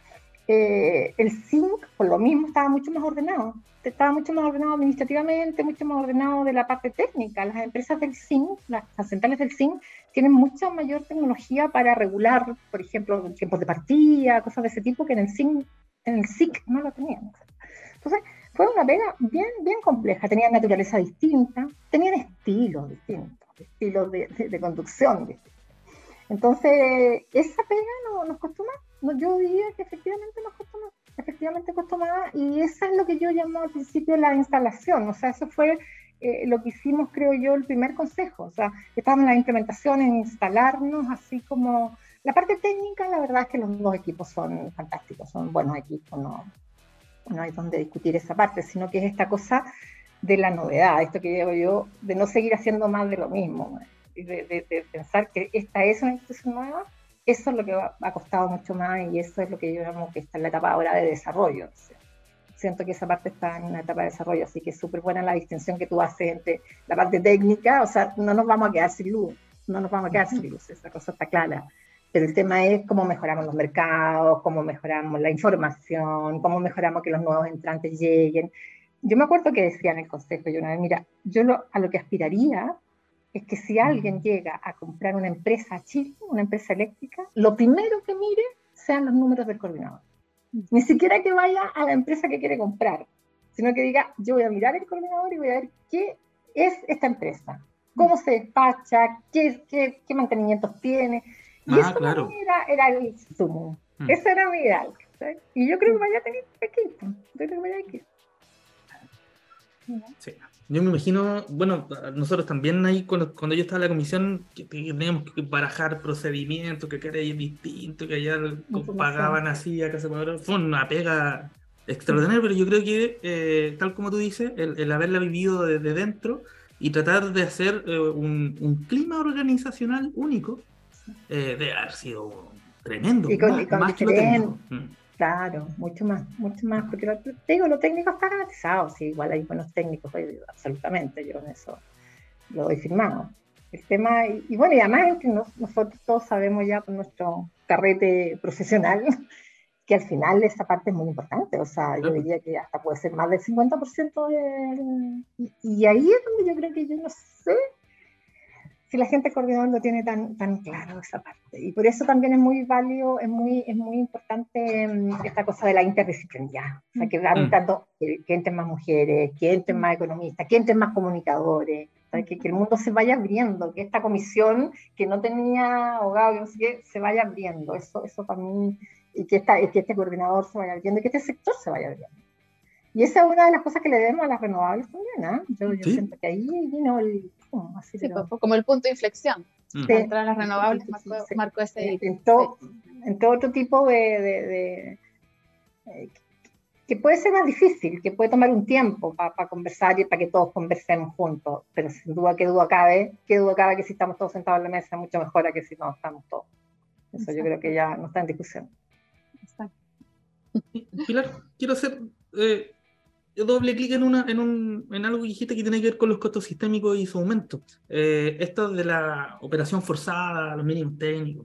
Eh, el S I N C, por lo mismo, estaba mucho más ordenado, estaba mucho más ordenado administrativamente, mucho más ordenado de la parte técnica. Las empresas del S I N C, las, las centrales del S I N C, tienen mucha mayor tecnología para regular, por ejemplo, tiempos de partida, cosas de ese tipo, que en el S I N C, en el S I C no lo tenían. Entonces, fue una pega bien, bien compleja, tenían naturaleza distinta, tenían estilos distintos, estilos de, de, de conducción distintos. Entonces, esa pega no, nos costó más. No, yo diría que efectivamente nos costó más. Efectivamente costó más. Y eso es lo que yo llamo al principio la instalación. O sea, eso fue eh, lo que hicimos, creo yo, el primer consejo. O sea, estábamos en la implementación, en instalarnos, así como... La parte técnica, la verdad es que los dos equipos son fantásticos, son buenos equipos. No, no hay donde discutir esa parte, sino que es esta cosa de la novedad, esto que digo yo, de no seguir haciendo más de lo mismo. De, de, de pensar que esta es una institución nueva, eso es lo que ha, ha costado mucho más, y eso es lo que yo llamo que está en la etapa ahora de desarrollo. O sea, siento que esa parte está en una etapa de desarrollo, así que es súper buena la distinción que tú haces entre la parte técnica. O sea, no nos vamos a quedar sin luz, no nos vamos a quedar sin luz, esa cosa está clara, pero el tema es cómo mejoramos los mercados, cómo mejoramos la información, cómo mejoramos que los nuevos entrantes lleguen. Yo me acuerdo que decía en el consejo, yo una vez, mira, yo lo, a lo que aspiraría es que si alguien llega a comprar una empresa a Chile, una empresa eléctrica, lo primero que mire sean los números del coordinador. Ni siquiera que vaya a la empresa que quiere comprar, sino que diga, yo voy a mirar el coordinador y voy a ver qué es esta empresa, cómo se despacha, qué, qué, qué mantenimientos tiene. Y Ah, eso claro. para mí era, era el sumo. Mm. Eso era mi ideal. ¿sabes? Y yo creo que vaya a tener equipo. Yo creo que vaya a equipo. Sí. Yo me imagino, bueno, nosotros también ahí cuando, cuando yo estaba en la comisión que, que teníamos que barajar procedimientos, que acá era distinto, que allá pagaban así, acá se pagaban. Fue una pega extraordinaria, pero yo creo que, eh, tal como tú dices, el, el haberla vivido desde dentro y tratar de hacer eh, un, un clima organizacional único, eh, debe haber sido tremendo, Y con, más, y con más que lo diferente, técnico. claro, mucho más, mucho más, porque lo, te digo, lo técnico está garantizado, sí, igual hay buenos técnicos, absolutamente, yo en eso lo doy firmado. El tema, y, y bueno, y además que nos, nosotros todos sabemos ya por nuestro carrete profesional que al final esa parte es muy importante, o sea, yo diría que hasta puede ser más del cincuenta por ciento del... Y, y ahí es donde yo creo que yo no sé si la gente coordinador no tiene tan, tan claro esa parte. Y por eso también es muy válido, es muy, es muy importante um, esta cosa de la interdisciplinaridad. O sea, que van entrando, que, que entren más mujeres, que entren más economistas, que entren más comunicadores, que, que el mundo se vaya abriendo, que esta comisión que no tenía abogado, que no sé qué, se vaya abriendo. Eso, eso para mí, y que, esta, que este coordinador se vaya abriendo, y que este sector se vaya abriendo. Y esa es una de las cosas que le debemos a las renovables también, ¿eh? Yo, yo ¿sí? siento que ahí vino el... Oh, así sí, pero... como el punto de inflexión. Sí. Entrar a las renovables sí, marcó, sí. marcó ese... Entró, sí. entró otro tipo de... de, de eh, que puede ser más difícil, que puede tomar un tiempo para pa conversar y para que todos conversemos juntos, pero sin duda, qué duda cabe, qué duda cabe que si estamos todos sentados en la mesa es mucho mejor a que si no estamos todos. Eso Exacto. Yo creo que ya no está en discusión. Exacto. Pilar, quiero hacer... Eh... doble clic en, una, en, un, en algo que dijiste que tiene que ver con los costos sistémicos y su aumento. Eh, esto de la operación forzada, los mínimos técnicos.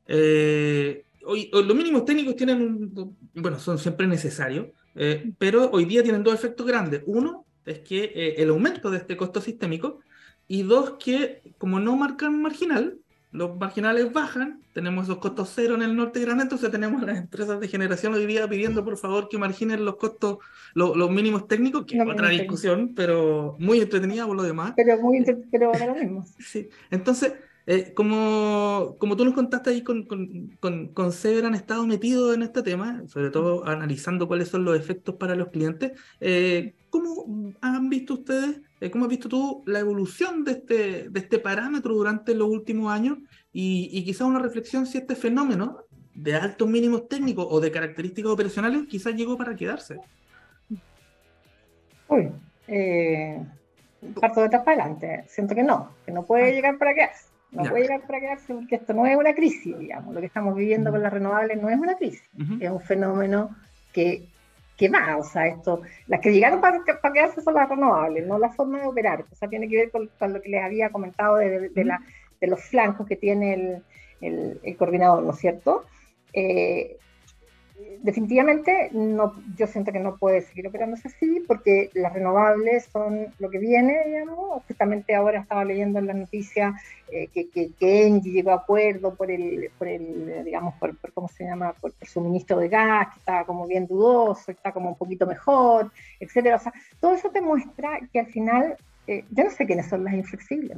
Eh, hoy, hoy, los mínimos técnicos tienen, un, bueno, son siempre necesarios, eh, pero hoy día tienen dos efectos grandes. Uno es que eh, el aumento de este costo sistémico, y dos, que como no marcan marginal, los marginales bajan, tenemos esos costos cero en el norte grande, entonces tenemos las empresas de generación hoy día pidiendo por favor que marginen los costos, lo, los mínimos técnicos, que es no, otra discusión, técnico. Pero muy entretenida por lo demás. Pero muy pero de lo mismo. Sí, entonces, eh, como, como tú nos contaste ahí con, con, con, con Sever, han estado metidos en este tema, sobre todo analizando cuáles son los efectos para los clientes. Eh, ¿Cómo han visto ustedes, eh, cómo has visto tú la evolución de este, de este parámetro durante los últimos años? Y, y quizás una reflexión si este fenómeno de altos mínimos técnicos o de características operacionales quizás llegó para quedarse. Uy, eh, parto de atrás para adelante. Siento que no, que no puede llegar para quedarse. No ya. puede llegar para quedarse porque esto no es una crisis, digamos. Lo que estamos viviendo uh-huh. con las renovables no es una crisis. Uh-huh. Es un fenómeno que, que va, o sea, esto, las que llegaron para, para quedarse son las renovables, no la forma de operar. O sea, tiene que ver con, con lo que les había comentado de, de, de, la, de los flancos que tiene el, el, el coordinador, ¿no es cierto? Eh, definitivamente no, yo siento que no puede seguir operándose así porque las renovables son lo que viene, digamos. Justamente ahora estaba leyendo en las noticias eh, que, que, que Engie llegó a acuerdo por el, por el digamos, por, por ¿cómo se llama? Por el suministro de gas, que estaba como bien dudoso, está como un poquito mejor, etcétera. O sea, todo eso te muestra que al final, eh, yo no sé quiénes son las inflexibles.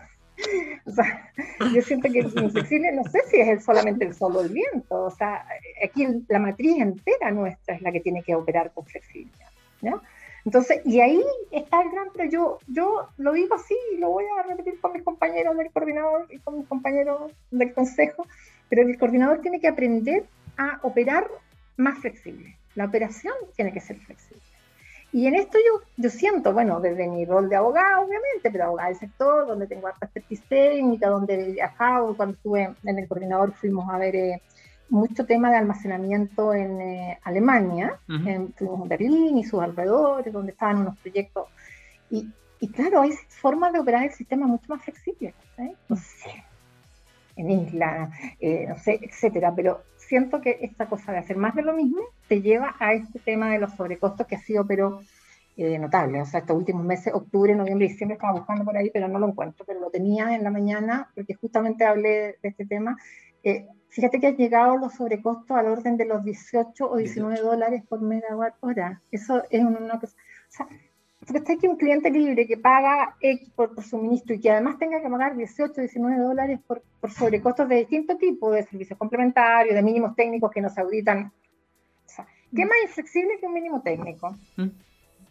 O sea, yo siento que el inflexible, no sé si es el, solamente el solo el viento, o sea, aquí la matriz entera nuestra es la que tiene que operar con flexibilidad, ¿no? Entonces, y ahí está el gran, pero yo, yo lo digo así y lo voy a repetir con mis compañeros del coordinador y con mis compañeros del consejo, pero el coordinador tiene que aprender a operar más flexible, la operación tiene que ser flexible. Y en esto yo, yo siento, bueno, desde mi rol de abogado, obviamente, pero abogada del sector, donde tengo harta expertise técnica, donde he viajado, cuando estuve en el coordinador fuimos a ver eh, mucho tema de almacenamiento en eh, Alemania, uh-huh. en, estuvimos en Berlín y sus alrededores, donde estaban unos proyectos. Y, y claro, hay formas de operar el sistema mucho más flexibles, ¿eh? No sé, en isla, eh, no sé, etcétera, pero siento que esta cosa de hacer más de lo mismo te lleva a este tema de los sobrecostos que ha sido pero eh, notable. O sea, estos últimos meses, octubre, noviembre y diciembre, estaba buscando por ahí, pero no lo encuentro, pero lo tenía en la mañana porque justamente hablé de este tema. Eh, fíjate que han llegado los sobrecostos al orden de los dieciocho o diecinueve dólares por megawatt hora. Eso es una cosa... O sea, porque está aquí un cliente libre que paga X por, por suministro y que además tenga que pagar dieciocho, diecinueve dólares por, por sobrecostos de distinto tipo, de servicios complementarios, de mínimos técnicos que no se auditan. O sea, ¿qué más inflexible que un mínimo técnico? ¿Mm?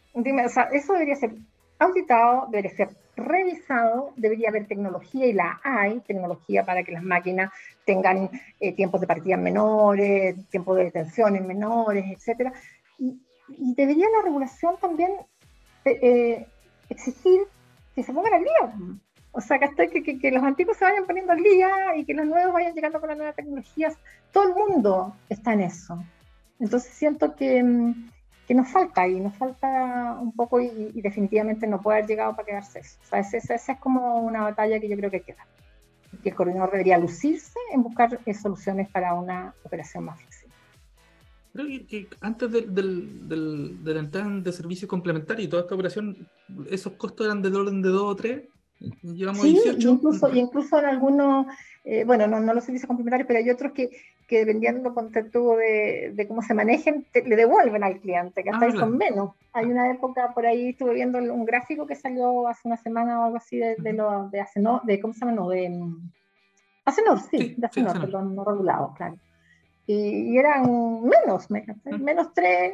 dime, o sea, eso debería ser auditado, debería ser revisado, debería haber tecnología, y la hay, tecnología para que las máquinas tengan eh, tiempos de partida menores, tiempos de detenciones menores, etcétera. Y, y debería la regulación también eh, exigir que se pongan al día. O sea, que, hasta que, que, que los antiguos se vayan poniendo al día y que los nuevos vayan llegando con las nuevas tecnologías. Todo el mundo está en eso. Entonces siento que, que nos falta ahí, nos falta un poco, y, y definitivamente no puede haber llegado para quedarse eso. O sea, esa, esa es como una batalla que yo creo que queda. Que el coordinador debería lucirse en buscar eh, soluciones para una operación más flexible. Creo que, que antes del, del, del, de la entrada de servicios complementarios y toda esta operación, esos costos eran del orden de dos o tres. Llevamos Sí, a dieciocho. incluso, incluso en algunos, eh, bueno, no, no los servicios complementarios, pero hay otros que, que dependiendo tú, de, de cómo se manejen, te, le devuelven al cliente, que hasta Ah, ahí claro. son menos. Hay una época, por ahí estuve viendo un gráfico que salió hace una semana o algo así de, de, lo, de Acenor, de, ¿cómo se llama? No, de Acenor, sí, Sí, de sí, Acenor, Acenor. perdón, no regulado, claro. Y, y eran menos, me ¿sí? menos tres,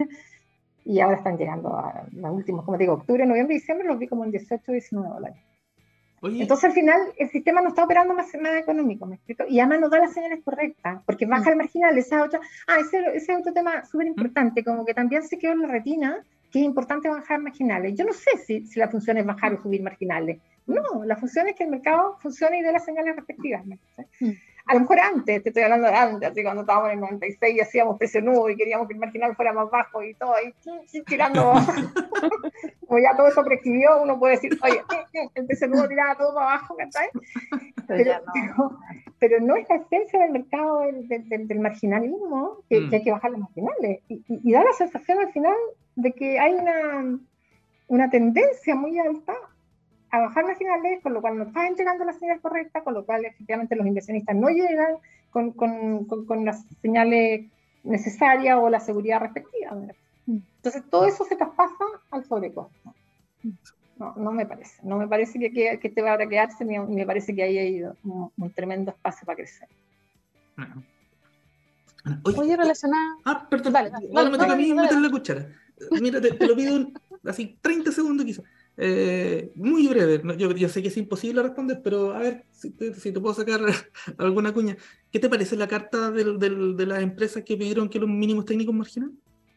y ahora están llegando a los últimos, como te digo, octubre, noviembre, diciembre, los vi como en dieciocho, diecinueve dólares. Oye, Entonces al final el sistema no está operando más, más económico, ¿me explico? Y además no da las señales correctas, porque baja Mm. el marginal, esa es otra, ah, ese, ese es otro tema súper importante, como que también se quedó en la retina, que es importante bajar marginales. Yo no sé si, si la función es bajar o subir marginales. No, la función es que el mercado funcione y dé las señales respectivas. ¿Me Mm. A lo mejor antes, te estoy hablando de antes, así cuando estábamos en el noventa y seis y hacíamos precio nudo y queríamos que el marginal fuera más bajo y todo, ahí tirando, como ya todo eso prescribió, uno puede decir, oye, el precio nudo tiraba todo para abajo, ¿cachai? Pero, no. pero, pero no es la esencia del mercado del, del, del marginalismo, que, Mm. que hay que bajar los marginales. Y, y, y da la sensación al final de que hay una, una tendencia muy alta a bajar marginales, con lo cual no estás entregando la señal correcta, con lo cual efectivamente los inversionistas no llegan con, con, con, con las señales necesarias o la seguridad respectiva. Entonces todo eso se traspasa al sobrecosto. No, no me parece. No me parece que, que, que te va a quedarse, ni me parece que ahí hay un, un tremendo espacio para crecer. Bueno. Oye, Oye, relacionada. ah, perdón, Dale, dale, ahora me toca a mí dale, dale, meter dale. la cuchara. Mira, te, te lo pido en, así treinta segundos quizás. Eh, muy breve, no, yo, yo sé que es imposible responder, pero a ver si te, si te puedo sacar alguna cuña. ¿Qué te parece la carta del, del, de las empresas que pidieron que los mínimos técnicos marginales?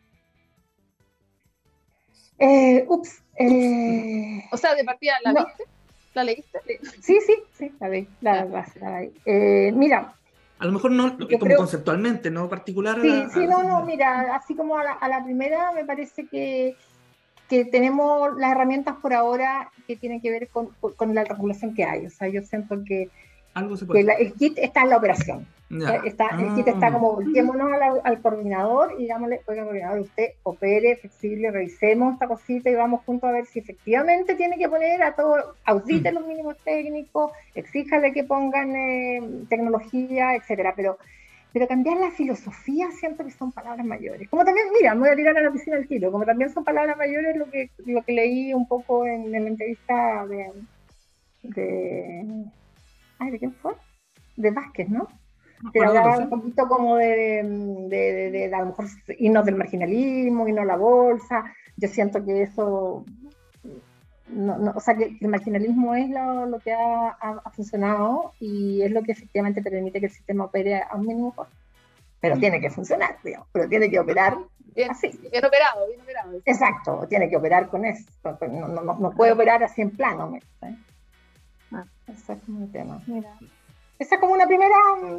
Eh, ups. Eh, O sea, de partida, ¿la no. viste? ¿La leíste? Sí, sí, sí, la vi. La, la, la, la, eh, mira. A lo mejor no, Yo como creo, conceptualmente, no particular a sí, la... sí, a la no, no, mira, así como a la, a la primera, me parece que, que tenemos las herramientas por ahora que tienen que ver con, con la regulación que hay. O sea, yo siento que, algo se puede que la, el kit está en la operación. Ya. Está, Ah. El kit está como, volteémonos al, al coordinador y digámosle, oiga, coordinador, usted opere, flexible, revisemos esta cosita y vamos juntos a ver si efectivamente tiene que poner a todo, audite mm. los mínimos técnicos, exíjale que pongan eh, tecnología, etcétera. Pero, pero cambiar la filosofía siento que son palabras mayores. Como también, mira, me voy a tirar a la piscina al tiro, como también son palabras mayores lo que, lo que leí un poco en, en la entrevista de, de... Ay, ¿de quién fue? De Vázquez, ¿no? Que hablaba un poquito como de, de, de, de, de a lo mejor irnos del marginalismo, irnos a la bolsa. Yo siento que eso, no, no, o sea, que el marginalismo es lo, lo que ha, ha, ha funcionado y es lo que efectivamente permite que el sistema opere a un mínimo costo. Pero tiene que funcionar, digamos, pero tiene que operar bien, así. Bien operado, bien operado. Exacto, tiene que operar con eso. No, no, no, no puede operar así en plano. ¿eh? Ah, ese es como el tema. Mira. Esa es como una primera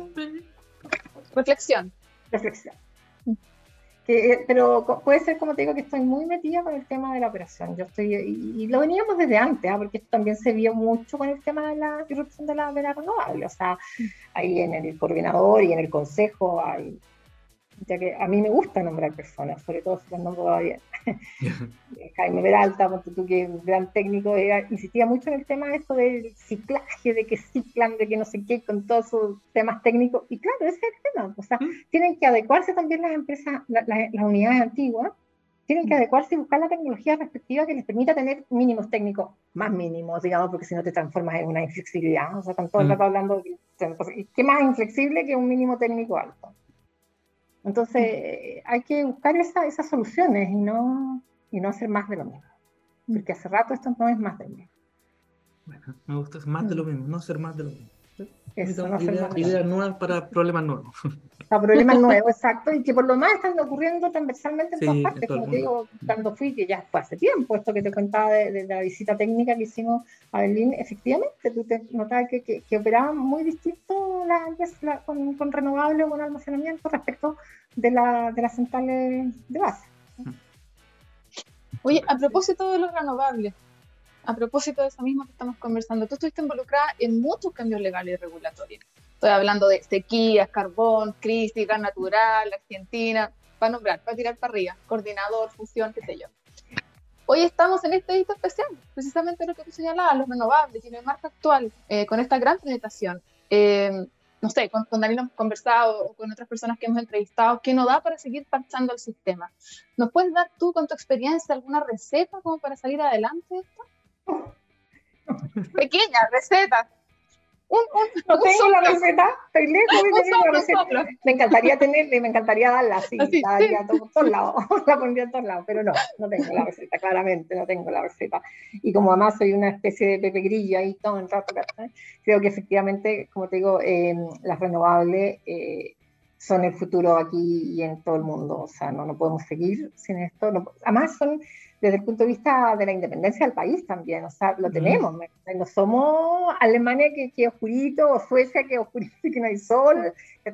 reflexión. reflexión. Que, pero puede ser, como te digo, que estoy muy metida con el tema de la operación. Yo estoy, y, y lo veníamos desde antes, ¿eh? Porque esto también se vio mucho con el tema de la irrupción de la, de la renovable. O sea, ahí en el coordinador y en el consejo hay, ya que a mí me gusta nombrar personas, sobre todo si las nombro bien. Jaime Peralta, porque tú que es un gran técnico, era, insistía mucho en el tema de esto del ciclaje, de que ciclan, de que no sé qué, con todos sus temas técnicos. Y claro, ese es el tema. O sea, ¿Mm? tienen que adecuarse también las empresas, la, la, las unidades antiguas, tienen que adecuarse y buscar la tecnología respectiva que les permita tener mínimos técnicos, más mínimos, digamos, porque si no te transformas en una inflexibilidad. O sea, están todo el rato hablando de que, ¿qué más inflexible que un mínimo técnico alto? Entonces, hay que buscar esa, esas soluciones y no, y no hacer más de lo mismo. Porque hace rato esto no es más de lo mismo. Bueno, me gusta, es más de lo mismo, no hacer más de lo mismo. Eso, no hacer Idea- más de lo ideas mismo. nuevas para problemas nuevos. Para problemas nuevos, exacto, y que por lo demás están ocurriendo transversalmente en Sí, todas en partes, todo el como te mundo. digo, cuando fui, que ya fue hace tiempo, esto que te contaba de, de la visita técnica que hicimos a Berlín, efectivamente, tú te notabas que, que, que operaban muy distinto la, la, con, con renovables o con almacenamiento respecto de, la, de las centrales de base. Oye, a propósito de los renovables, a propósito de eso mismo que estamos conversando, tú estuviste involucrada en muchos cambios legales y regulatorios. Estoy hablando de sequías, carbón, crisis, gas natural, Argentina, para nombrar, para tirar para arriba, coordinador, fusión, qué sé yo. Hoy estamos en este hito especial, precisamente lo que tú señalabas, los renovables y en el marco actual, eh, con esta gran penetración. Eh, no sé, con, con Danilo hemos conversado o con otras personas que hemos entrevistado, que no da para seguir parchando el sistema. ¿Nos puedes dar tú, con tu experiencia, alguna receta como para salir adelante de esto? Pequeña receta. Un, un, No un tengo soplo. la receta, estoy lejos de Un tener la soplo, un receta. soplo. Me encantaría tenerla y me encantaría darla así, Así, la sí. daría a todos, todos lados, la pondría a todos lados, pero no, no tengo la receta, claramente no tengo la receta. Y como además soy una especie de Pepe Grillo ahí todo el rato, ¿verdad? Creo que efectivamente, como te digo, eh, las renovables eh, son el futuro aquí y en todo el mundo, o sea, no, no podemos seguir sin esto. No, además son desde el punto de vista de la independencia del país también, o sea, lo tenemos, mm. no somos Alemania que, que es oscurito, o Suecia que es oscurito y que no hay sol,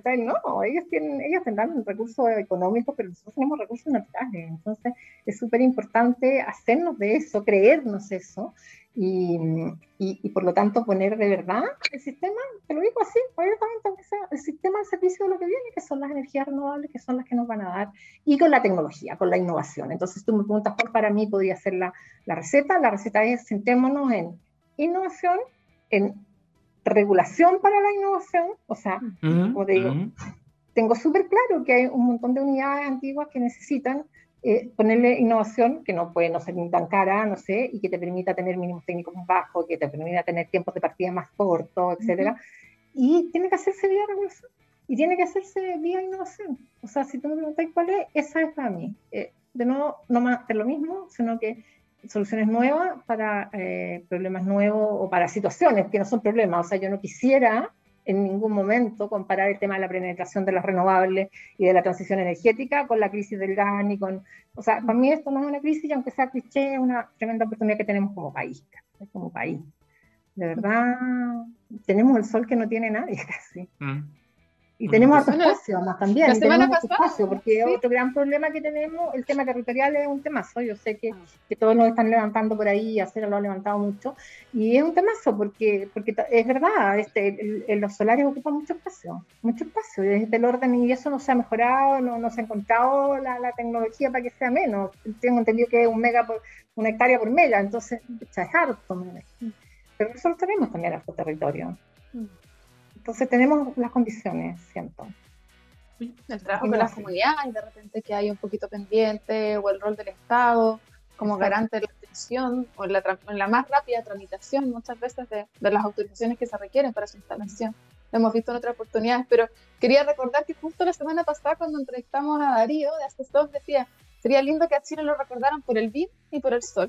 no, ellos, tienen, ellos tendrán recursos económicos, pero nosotros tenemos recursos naturales, entonces es súper importante hacernos de eso, creernos eso, y, y, y por lo tanto poner de verdad el sistema, te lo digo así, abiertamente, aunque sea el sistema al servicio de lo que viene, que son las energías renovables, que son las que nos van a dar, y con la tecnología, con la innovación. Entonces tú me preguntas cuál para mí podría ser la, la receta. La receta es centrémonos en innovación, en regulación para la innovación, o sea, uh-huh, como te digo, uh-huh. tengo súper claro que hay un montón de unidades antiguas que necesitan eh, ponerle innovación, que no puede no ser ni tan cara, no sé, y que te permita tener mínimos técnicos más bajos, que te permita tener tiempos de partida más cortos, etcétera. Uh-huh. Y tiene que hacerse vía regulación, y tiene que hacerse vía innovación. O sea, si tú me preguntas cuál es, esa es para mí. Eh, de nuevo, no más de lo mismo, sino que soluciones nuevas para eh, problemas nuevos o para situaciones que no son problemas. O sea, yo no quisiera en ningún momento comparar el tema de la penetración de las renovables y de la transición energética con la crisis del gas ni con... O sea, para mí esto no es una crisis y aunque sea cliché, es una tremenda oportunidad que tenemos como país, como país. De verdad, tenemos el sol que no tiene nadie casi. Mm. Y tenemos harto espacio, además también. La semana tenemos pasada, espacio, porque ¿sí? Otro gran problema que tenemos, el tema territorial es un temazo. Yo sé que, que todos nos están levantando por ahí, Acera lo ha levantado mucho, y es un temazo, porque, porque es verdad, este, el, el, los solares ocupan mucho espacio, mucho espacio, desde el orden, y eso no se ha mejorado, no, no se ha encontrado la, la tecnología para que sea menos. Tengo entendido que es un mega por, una hectárea por mega, entonces es harto. Pero nosotros tenemos también harto territorio. Entonces tenemos las condiciones, siento. El trabajo con las comunidades, de repente que hay un poquito pendiente, o el rol del Estado como Exacto. garante de la atención, o en la, en la más rápida tramitación muchas veces de, de las autorizaciones que se requieren para su instalación. Lo hemos visto en otras oportunidades, pero quería recordar que justo la semana pasada cuando entrevistamos a Darío de Asbestos decía, sería lindo que a Chile lo recordaran por el B I M y por el sol.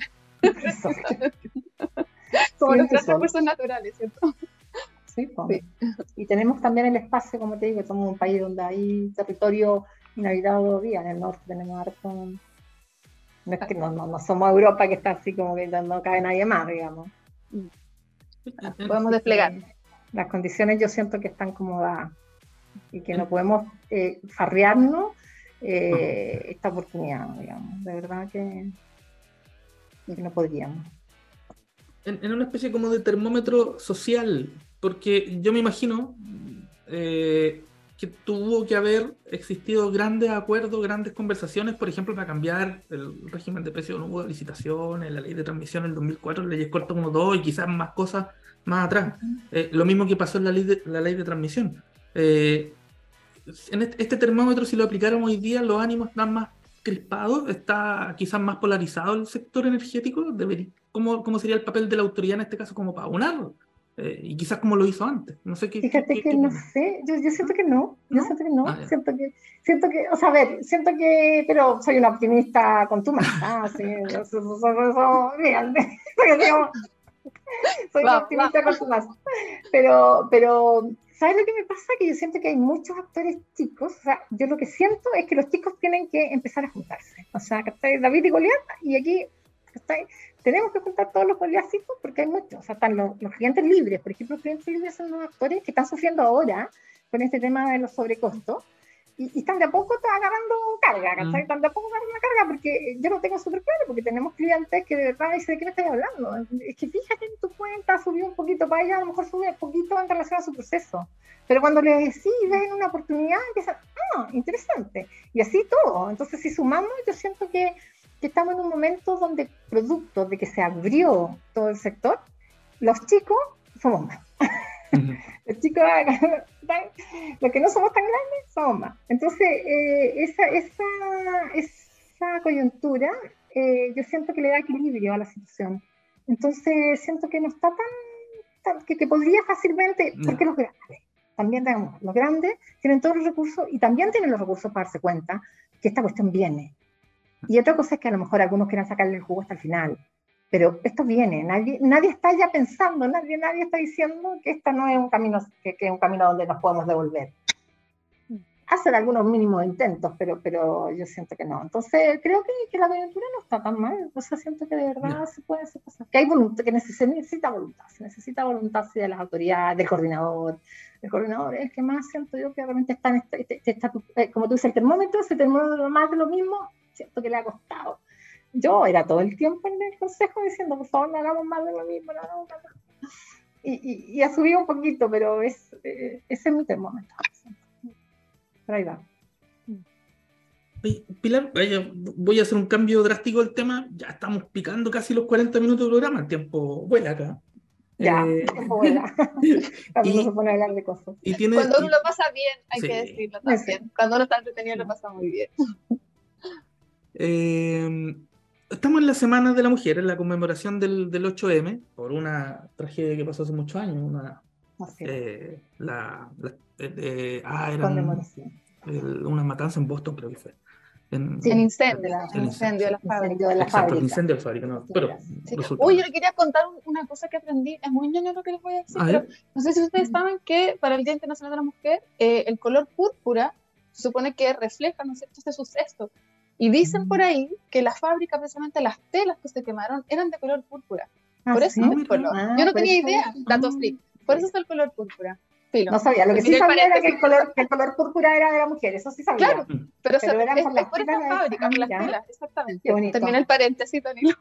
Como nuestros recursos naturales, ¿cierto? Sí, pues. Sí. Y tenemos también el espacio, como te digo, somos un país donde hay territorio inhabitado todavía, en el norte tenemos harto, no es que no, no, no somos Europa que está así como que no, no cabe nadie más, digamos. Podemos desplegar. Las condiciones yo siento que están como dadas y que no podemos eh, farrearnos eh, esta oportunidad, digamos, de verdad que, que no podríamos. En, en una especie como de termómetro social, porque yo me imagino eh, que tuvo que haber existido grandes acuerdos, grandes conversaciones, por ejemplo, para cambiar el régimen de precios, no hubo licitaciones, la ley de transmisión en el dos mil cuatro, leyes cortas uno dos y quizás más cosas más atrás. Eh, lo mismo que pasó en la ley de, la ley de transmisión. Eh, en este, este termómetro, si lo aplicáramos hoy día, los ánimos están más crispados, está quizás más polarizado el sector energético. Debería, ¿cómo, ¿Cómo sería el papel de la autoridad en este caso como para unarlo? Eh, y quizás como lo hizo antes. No sé qué. Fíjate qué- que qué- no sé, yo, yo siento que no, yo ¿No? siento que no, Ah, ya. siento que, siento que, o sea, a ver, siento que, pero soy una optimista contumaz, ¿ah? Sí, eso, eso, eso, eso, fíjate, porque digo, soy una Vamos, optimista contumaz, pero, pero, ¿sabes lo que me pasa? Que yo siento que hay muchos actores chicos, o sea, yo lo que siento es que los chicos tienen que empezar a juntarse, o sea, que está David y Goliat, y aquí, ¿cachai? Tenemos que juntar todos los Goliacitos porque hay muchos, o sea, están los, los gigantes libres, por ejemplo, los gigantes libres son unos actores que están sufriendo ahora con este tema de los sobrecostos, y, y están de a poco agarrando carga, ¿cachai? Mm. Están de a poco agarrando carga porque yo lo tengo súper claro, porque tenemos clientes que de verdad dicen, ¿de qué me estás hablando? Es que fíjate en tu cuenta, subió un poquito para allá, a lo mejor subió un poquito en relación a su proceso, pero cuando le decís, ven una oportunidad, empiezan, ah, interesante, y así todo. Entonces, si sumamos, yo siento que, que estamos en un momento donde, producto de que se abrió todo el sector, los chicos somos más. Ujú. Los chicos, los que no somos tan grandes, somos más. Entonces, eh, esa, esa, esa coyuntura, eh, yo siento que le da equilibrio a la situación. Entonces, siento que no está tan, tan que, que podría fácilmente, No. porque los grandes, también tenemos, los grandes tienen todos los recursos y también tienen los recursos para darse cuenta que esta cuestión viene. Y otra cosa es que a lo mejor algunos quieran sacarle el jugo hasta el final. Pero esto viene, nadie, nadie está ya pensando, nadie, nadie está diciendo que este no es un camino, que, que es un camino donde nos podemos devolver. Hacen algunos mínimos intentos, pero, pero yo siento que no. Entonces creo que, que la coyuntura no está tan mal. O sea, siento que de verdad No. se puede hacer cosas. Que hay voluntad, que neces- se necesita voluntad, se necesita voluntad sí, de las autoridades, del coordinador. El coordinador es el que más siento yo que realmente está en este, este, este estatu- eh, como tú dices, el termómetro, ese termómetro más de lo mismo, siento que le ha costado. Yo era todo el tiempo en el consejo diciendo, por favor, no hagamos más de lo mismo, no hagamos más de lo mismo. Y, y, y ha subido un poquito, pero es, eh, ese es mi termómetro. Pero ahí va. Oye, Pilar, vaya, voy a hacer un cambio drástico del tema. Ya estamos picando casi los cuarenta minutos de programa. El tiempo vuela acá. Ya, Eh, tiempo vuela. Cuando y- uno se pone a hablar de cosas. y tiene, Cuando uno y- lo pasa bien, hay Sí. que decirlo también. Cuando uno está entretenido, lo pasa muy bien. eh, estamos en la Semana de la Mujer, en la conmemoración del, del ocho eme, por una tragedia que pasó hace muchos años. Una, Así, eh, la, la- eh, eh, ah, eran, conmemoración. el- una matanza en Boston, creo que fue. En, Sí, El incendio, de la- el incendio de la fábrica. Incendio de la Exacto, el fábrica. incendio de la fábrica. No, pero Sí. resulta- Uy, yo le quería contar un- una cosa que aprendí. Es muy ñoño lo que les voy a decir, A pero ver. no sé si ustedes saben que para el Día Internacional de la Mujer, eh, el color púrpura se supone que refleja, ¿no es cierto?, este suceso. Y dicen por ahí que la fábrica, precisamente las telas que se quemaron, eran de color púrpura. Ah, Por eso ¿sí? es el color. Ah, Yo no por tenía eso- idea, dato ah. freak. Por eso es el color púrpura. Filo. No sabía, lo que sí Miré el sabía era que el paréntesis. color, que el color púrpura era de la mujer, eso sí sabía. Claro, pero, Pero eso- eran es, por es las por esta telas, fábrica, por las ya. telas, exactamente. Qué bonito. Termina el paréntesis, Danilo.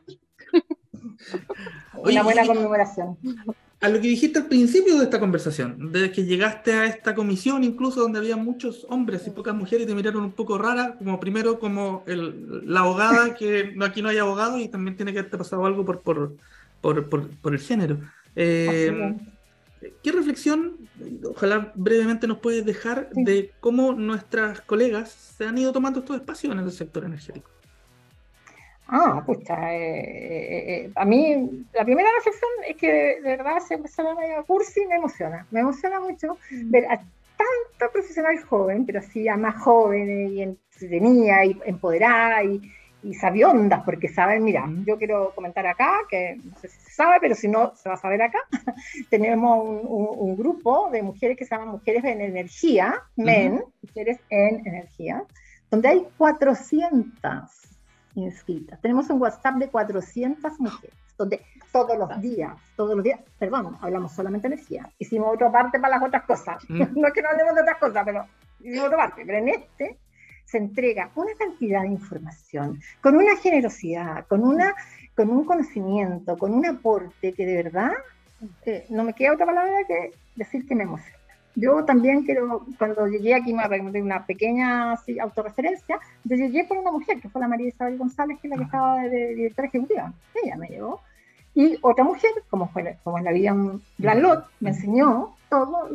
Oye, Una buena y- conmemoración. A lo que dijiste al principio de esta conversación, desde que llegaste a esta comisión, incluso donde había muchos hombres y pocas mujeres, y te miraron un poco rara, como primero como el- la abogada, que no, aquí no hay abogado, y también tiene que haberte pasado algo por, por, por, por, por el género. Eh, Así ¿Qué reflexión, ojalá brevemente, nos puedes dejar Sí. de cómo nuestras colegas se han ido tomando estos espacios en el sector energético? Ah, pucha, eh, eh, eh, a mí la primera reflexión es que de, de verdad se empezaron a cursi y me emociona, me emociona mucho ver a tanta profesional joven, pero sí a más jóvenes y entretenida y empoderada y, y sabiondas, porque saben, mira, Ujú. yo quiero comentar acá, que no sé si se sabe, pero si no, se va a saber acá, tenemos un, un, un grupo de mujeres que se llaman Mujeres en Energía, men, Mujeres en Energía, donde hay cuatrocientas inscritas. Tenemos un WhatsApp de cuatrocientas mujeres, donde todos los días, todos los días, perdón, hablamos solamente de energía. Hicimos otra parte para las otras cosas. Mm. No es que no hablemos de otras cosas, pero hicimos otra parte. Pero en este se entrega una cantidad de información, con una generosidad, con, una, con un conocimiento, con un aporte que de verdad, eh, no me queda otra palabra que decir que me emociona. Yo también quiero, cuando llegué aquí, me voy una pequeña sí, autorreferencia, yo llegué por una mujer, que fue la María Isabel González, que es la que estaba de, de directora ejecutiva. Ella me llevó. Y otra mujer, como fue como en la vida un Blanlot, me enseñó todo lo,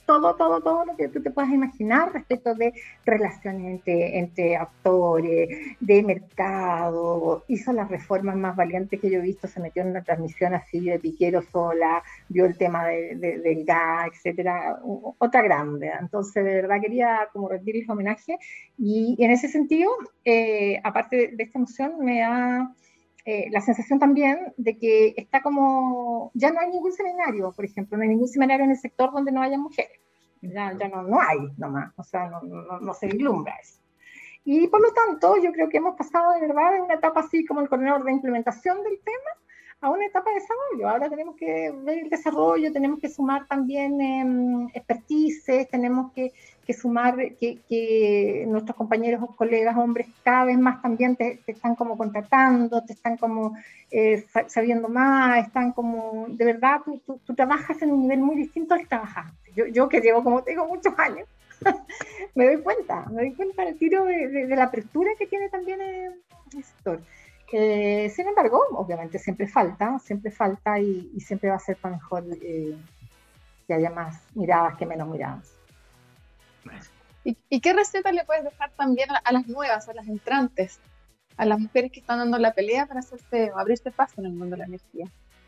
todo, todo, todo lo que tú te puedas imaginar respecto de relaciones entre, entre actores, de mercado, hizo las reformas más valientes que yo he visto, se metió en una transmisión así de Piquero sola, vio el tema de, de, del gas, etcétera, otra grande. Entonces, de verdad quería como rendirles homenaje, y, y en ese sentido, eh, aparte de, de esta emoción, me da eh, la sensación también de que está como, ya no hay ningún seminario, por ejemplo, no hay ningún seminario en el sector donde no haya mujeres, ya, ya no, no hay nomás, o sea, no, no, no se vislumbra eso. Y por lo tanto, yo creo que hemos pasado de verdad de una etapa así como el coordinador de implementación del tema a una etapa de desarrollo. Ahora tenemos que ver el desarrollo, tenemos que sumar también eh, expertices, tenemos que, que sumar que, que nuestros compañeros o colegas hombres cada vez más también te, te están como contratando, te están como eh, sabiendo más, están como, de verdad, tú, tú, tú trabajas en un nivel muy distinto al que trabajaste. Yo, yo que llevo, como te digo, muchos años, me doy cuenta, me doy cuenta del tiro de, de, de la apertura que tiene también el, el sector. Eh, sin embargo, obviamente siempre falta, siempre falta y, y siempre va a ser para mejor eh, que haya más miradas que menos miradas. ¿Y, ¿Y qué receta le puedes dejar también a, a las nuevas, a las entrantes, a las mujeres que están dando la pelea para hacerse, abrirse paso en el mundo de la energía?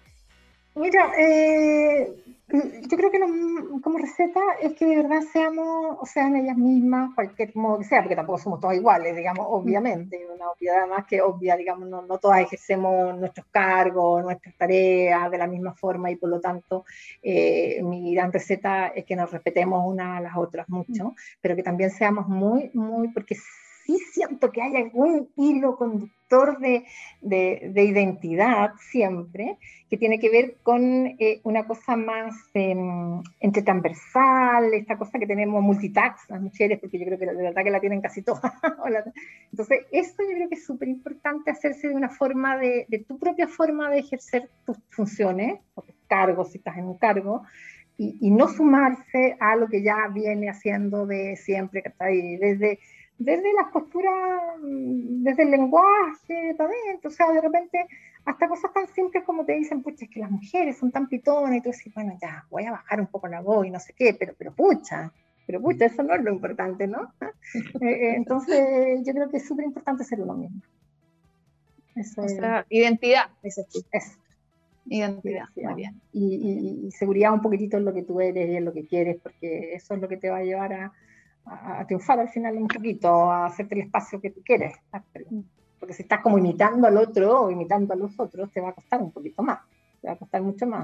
Mira, eh, yo creo que lo, como receta es que de verdad seamos, o sean ellas mismas, cualquier modo que sea, porque tampoco somos todas iguales, digamos, obviamente, una obviedad más que obvia, digamos, no, no todas ejercemos nuestros cargos, nuestras tareas de la misma forma, y por lo tanto eh, mi gran receta es que nos respetemos unas a las otras mucho, pero que también seamos muy, muy, porque sí siento que hay algún hilo conductor de, de, de identidad siempre, que tiene que ver con eh, una cosa más eh, entre transversal, esta cosa que tenemos multitask las mujeres, porque yo creo que de verdad que la tienen casi todas. Entonces, esto yo creo que es súper importante, hacerse de una forma, de, de tu propia forma de ejercer tus funciones, o tus cargos, si estás en un cargo, y, y no sumarse a lo que ya viene haciendo de siempre, que está ahí, desde... desde las posturas, desde el lenguaje, para adentro, o sea, de repente, hasta cosas tan simples como te dicen, pucha, es que las mujeres son tan pitonas, y tú dices, bueno, ya, voy a bajar un poco la voz y no sé qué, pero, pero pucha, pero pucha, eso no es lo importante, ¿no? eh, entonces, yo creo que es súper importante ser uno mismo. Eso o es, sea, identidad, dices tú. Eso. Identidad, muy bien. Y, y, y seguridad un poquitito en lo que tú eres y en lo que quieres, porque eso es lo que te va a llevar a a triunfar al final un poquito, a hacerte el espacio que tú quieres. Porque si estás como imitando al otro o imitando a los otros, te va a costar un poquito más, te va a costar mucho más.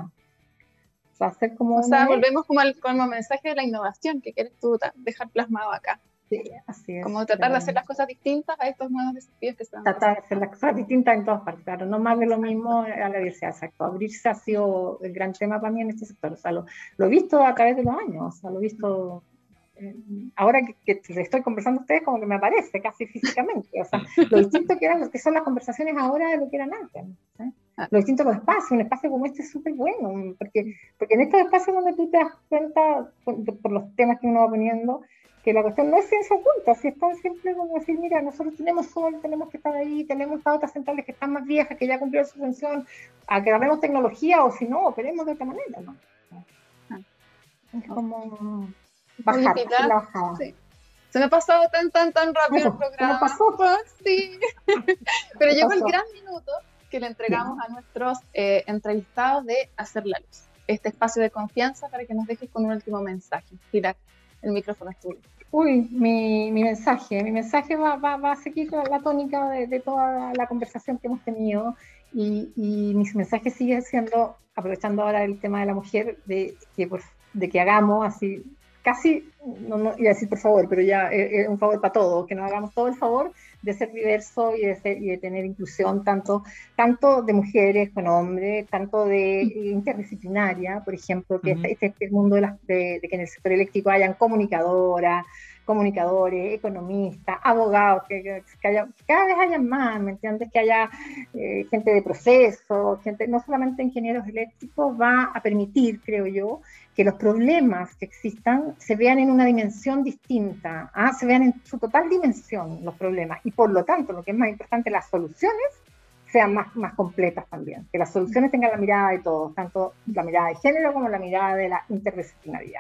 O sea, hacer como o sea volvemos como al, como al mensaje de la innovación que quieres tú dejar plasmado acá. Sí, así es. Como tratar de hacer las cosas distintas a estos nuevos desafíos que están. Tratar de hacer las cosas distintas en todas partes, claro, no más de lo mismo a la diversidad, exacto. Abrirse ha sido el gran tema para mí en este sector, o sea, lo, lo he visto a través de los años, o sea, lo he visto... ahora que, que estoy conversando a ustedes como que me aparece casi físicamente, o sea, lo distinto que eran, lo que son las conversaciones ahora de lo que eran antes, ¿eh? Lo distinto los espacios, un espacio como este es súper bueno, porque, porque en estos espacios donde tú te das cuenta, por, por los temas que uno va poniendo, que la cuestión no es ciencia oculta, si están siempre como decir, mira, nosotros tenemos sol, tenemos que estar ahí, tenemos estas otras centrales que están más viejas, que ya cumplieron su función, agarremos tecnología, o si no, operemos de otra manera, ¿no? Es como... bajar, Pilar, la sí. Se me ha pasado tan, tan, tan rápido Eso, el programa. ¿me pasó? Sí. Pero llegó el gran minuto que le entregamos sí. a nuestros eh, entrevistados de Hacer la Luz. Este espacio de confianza para que nos dejes con un último mensaje. Pilar, el micrófono es tuyo. Uy, mi, mi mensaje. Mi mensaje va, va, va a seguir la tónica de, de toda la conversación que hemos tenido. Y, y mi mensaje sigue siendo, aprovechando ahora el tema de la mujer, de que, por, de que hagamos así... casi, no, no iba a decir por favor, pero ya es, es un favor para todos, que nos hagamos todo el favor de ser diverso y de, ser, y de tener inclusión tanto, tanto de mujeres con hombres, tanto de interdisciplinaria, por ejemplo, que uh-huh. este, este mundo de, las, de, de que en el sector eléctrico hayan comunicadoras, comunicadores, economistas, abogados, que, que, que, haya, que cada vez haya más, ¿me entiendes? Que haya eh, gente de proceso, gente, no solamente ingenieros eléctricos, va a permitir, creo yo, que los problemas que existan se vean en una dimensión distinta, ¿ah? Se vean en su total dimensión los problemas, y por lo tanto, lo que es más importante, las soluciones sean más, más completas también, que las soluciones tengan la mirada de todos, tanto la mirada de género como la mirada de la interdisciplinaridad.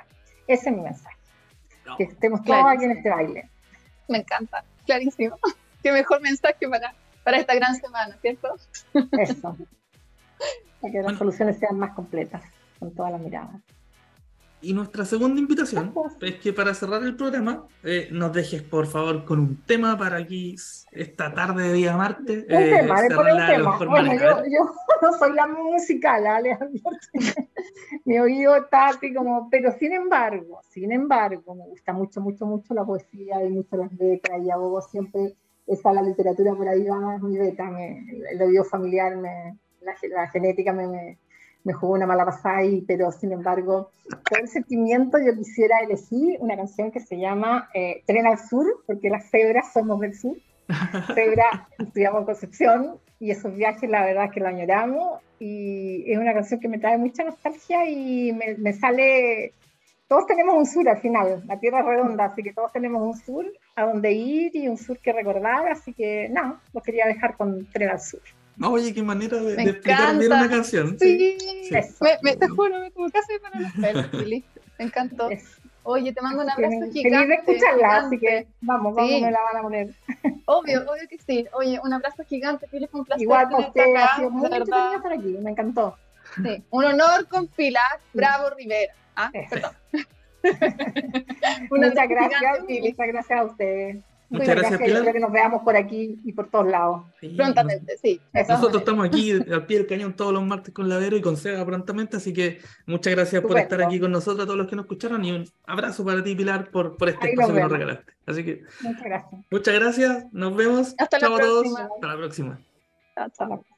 Ese es mi mensaje. No. Que estemos todos Clarísimo. aquí en este baile. Me encanta, clarísimo. Qué mejor mensaje para, para esta gran semana, ¿cierto? Eso. Para que las Bueno. soluciones sean más completas, con todas las miradas. Y nuestra segunda invitación es que para cerrar el programa eh, nos dejes por favor con un tema para aquí esta tarde de día martes. Un eh, tema, le pone un cerrarla de la tema. mejor Bueno, manera. yo, yo no soy la musical, ¿vale? Mi oído está así como, pero sin embargo, sin embargo, me gusta mucho, mucho, mucho la poesía y mucho las letras y abogo siempre, esa la literatura por ahí va, es mi beta, me, el oído familiar, me, la, la genética me, me, me jugó una mala pasada ahí, pero sin embargo, todo el sentimiento yo quisiera elegir una canción que se llama eh, Tren al Sur, porque las cebras somos del sur. Cebra, estudiamos en Concepción y esos viajes la verdad es que lo añoramos y es una canción que me trae mucha nostalgia y me, me sale, todos tenemos un sur al final, la tierra es redonda, así que todos tenemos un sur a donde ir y un sur que recordar, así que no, lo quería dejar con Tren al Sur. Oye, qué manera de, Me de explicar bien encanta. una canción. Sí, Sí. Eso. Me, me, te juro, me tuvo casi para los pelos, Pili. Me encantó. Eso. Oye, te mando un Así que abrazo me- gigante. Feliz de escucharla, así gigante. que vamos, vamos, Sí. me la van a poner. Obvio, obvio que sí. Oye, un abrazo gigante, Pili, fue un placer Igual para tenerte usted, acá, ha sido muy de entretenido verdad. estar aquí, me encantó. Sí. Un honor con Pilar Bravo Rivera. Ah, Eso. perdón. Un Muchas abrazo gracias, gigante, Pili. muchas gracias a ustedes. Muchas gracias, Espero Pilar. que nos veamos por aquí y por todos lados. Sí, Prontamente, sí. de Eso. todas Nosotros maneras. estamos aquí al pie del cañón todos los martes con Lavero y con Seba prontamente, así que muchas gracias por Estupendo. estar aquí con nosotros, a todos los que nos escucharon, y un abrazo para ti, Pilar, por, por este Ahí espacio nos que nos vemos. regalaste. Así que Muchas gracias. muchas gracias, nos vemos. Hasta la Chao a todos, próxima. hasta la próxima. Chao, chao. Hasta la próxima.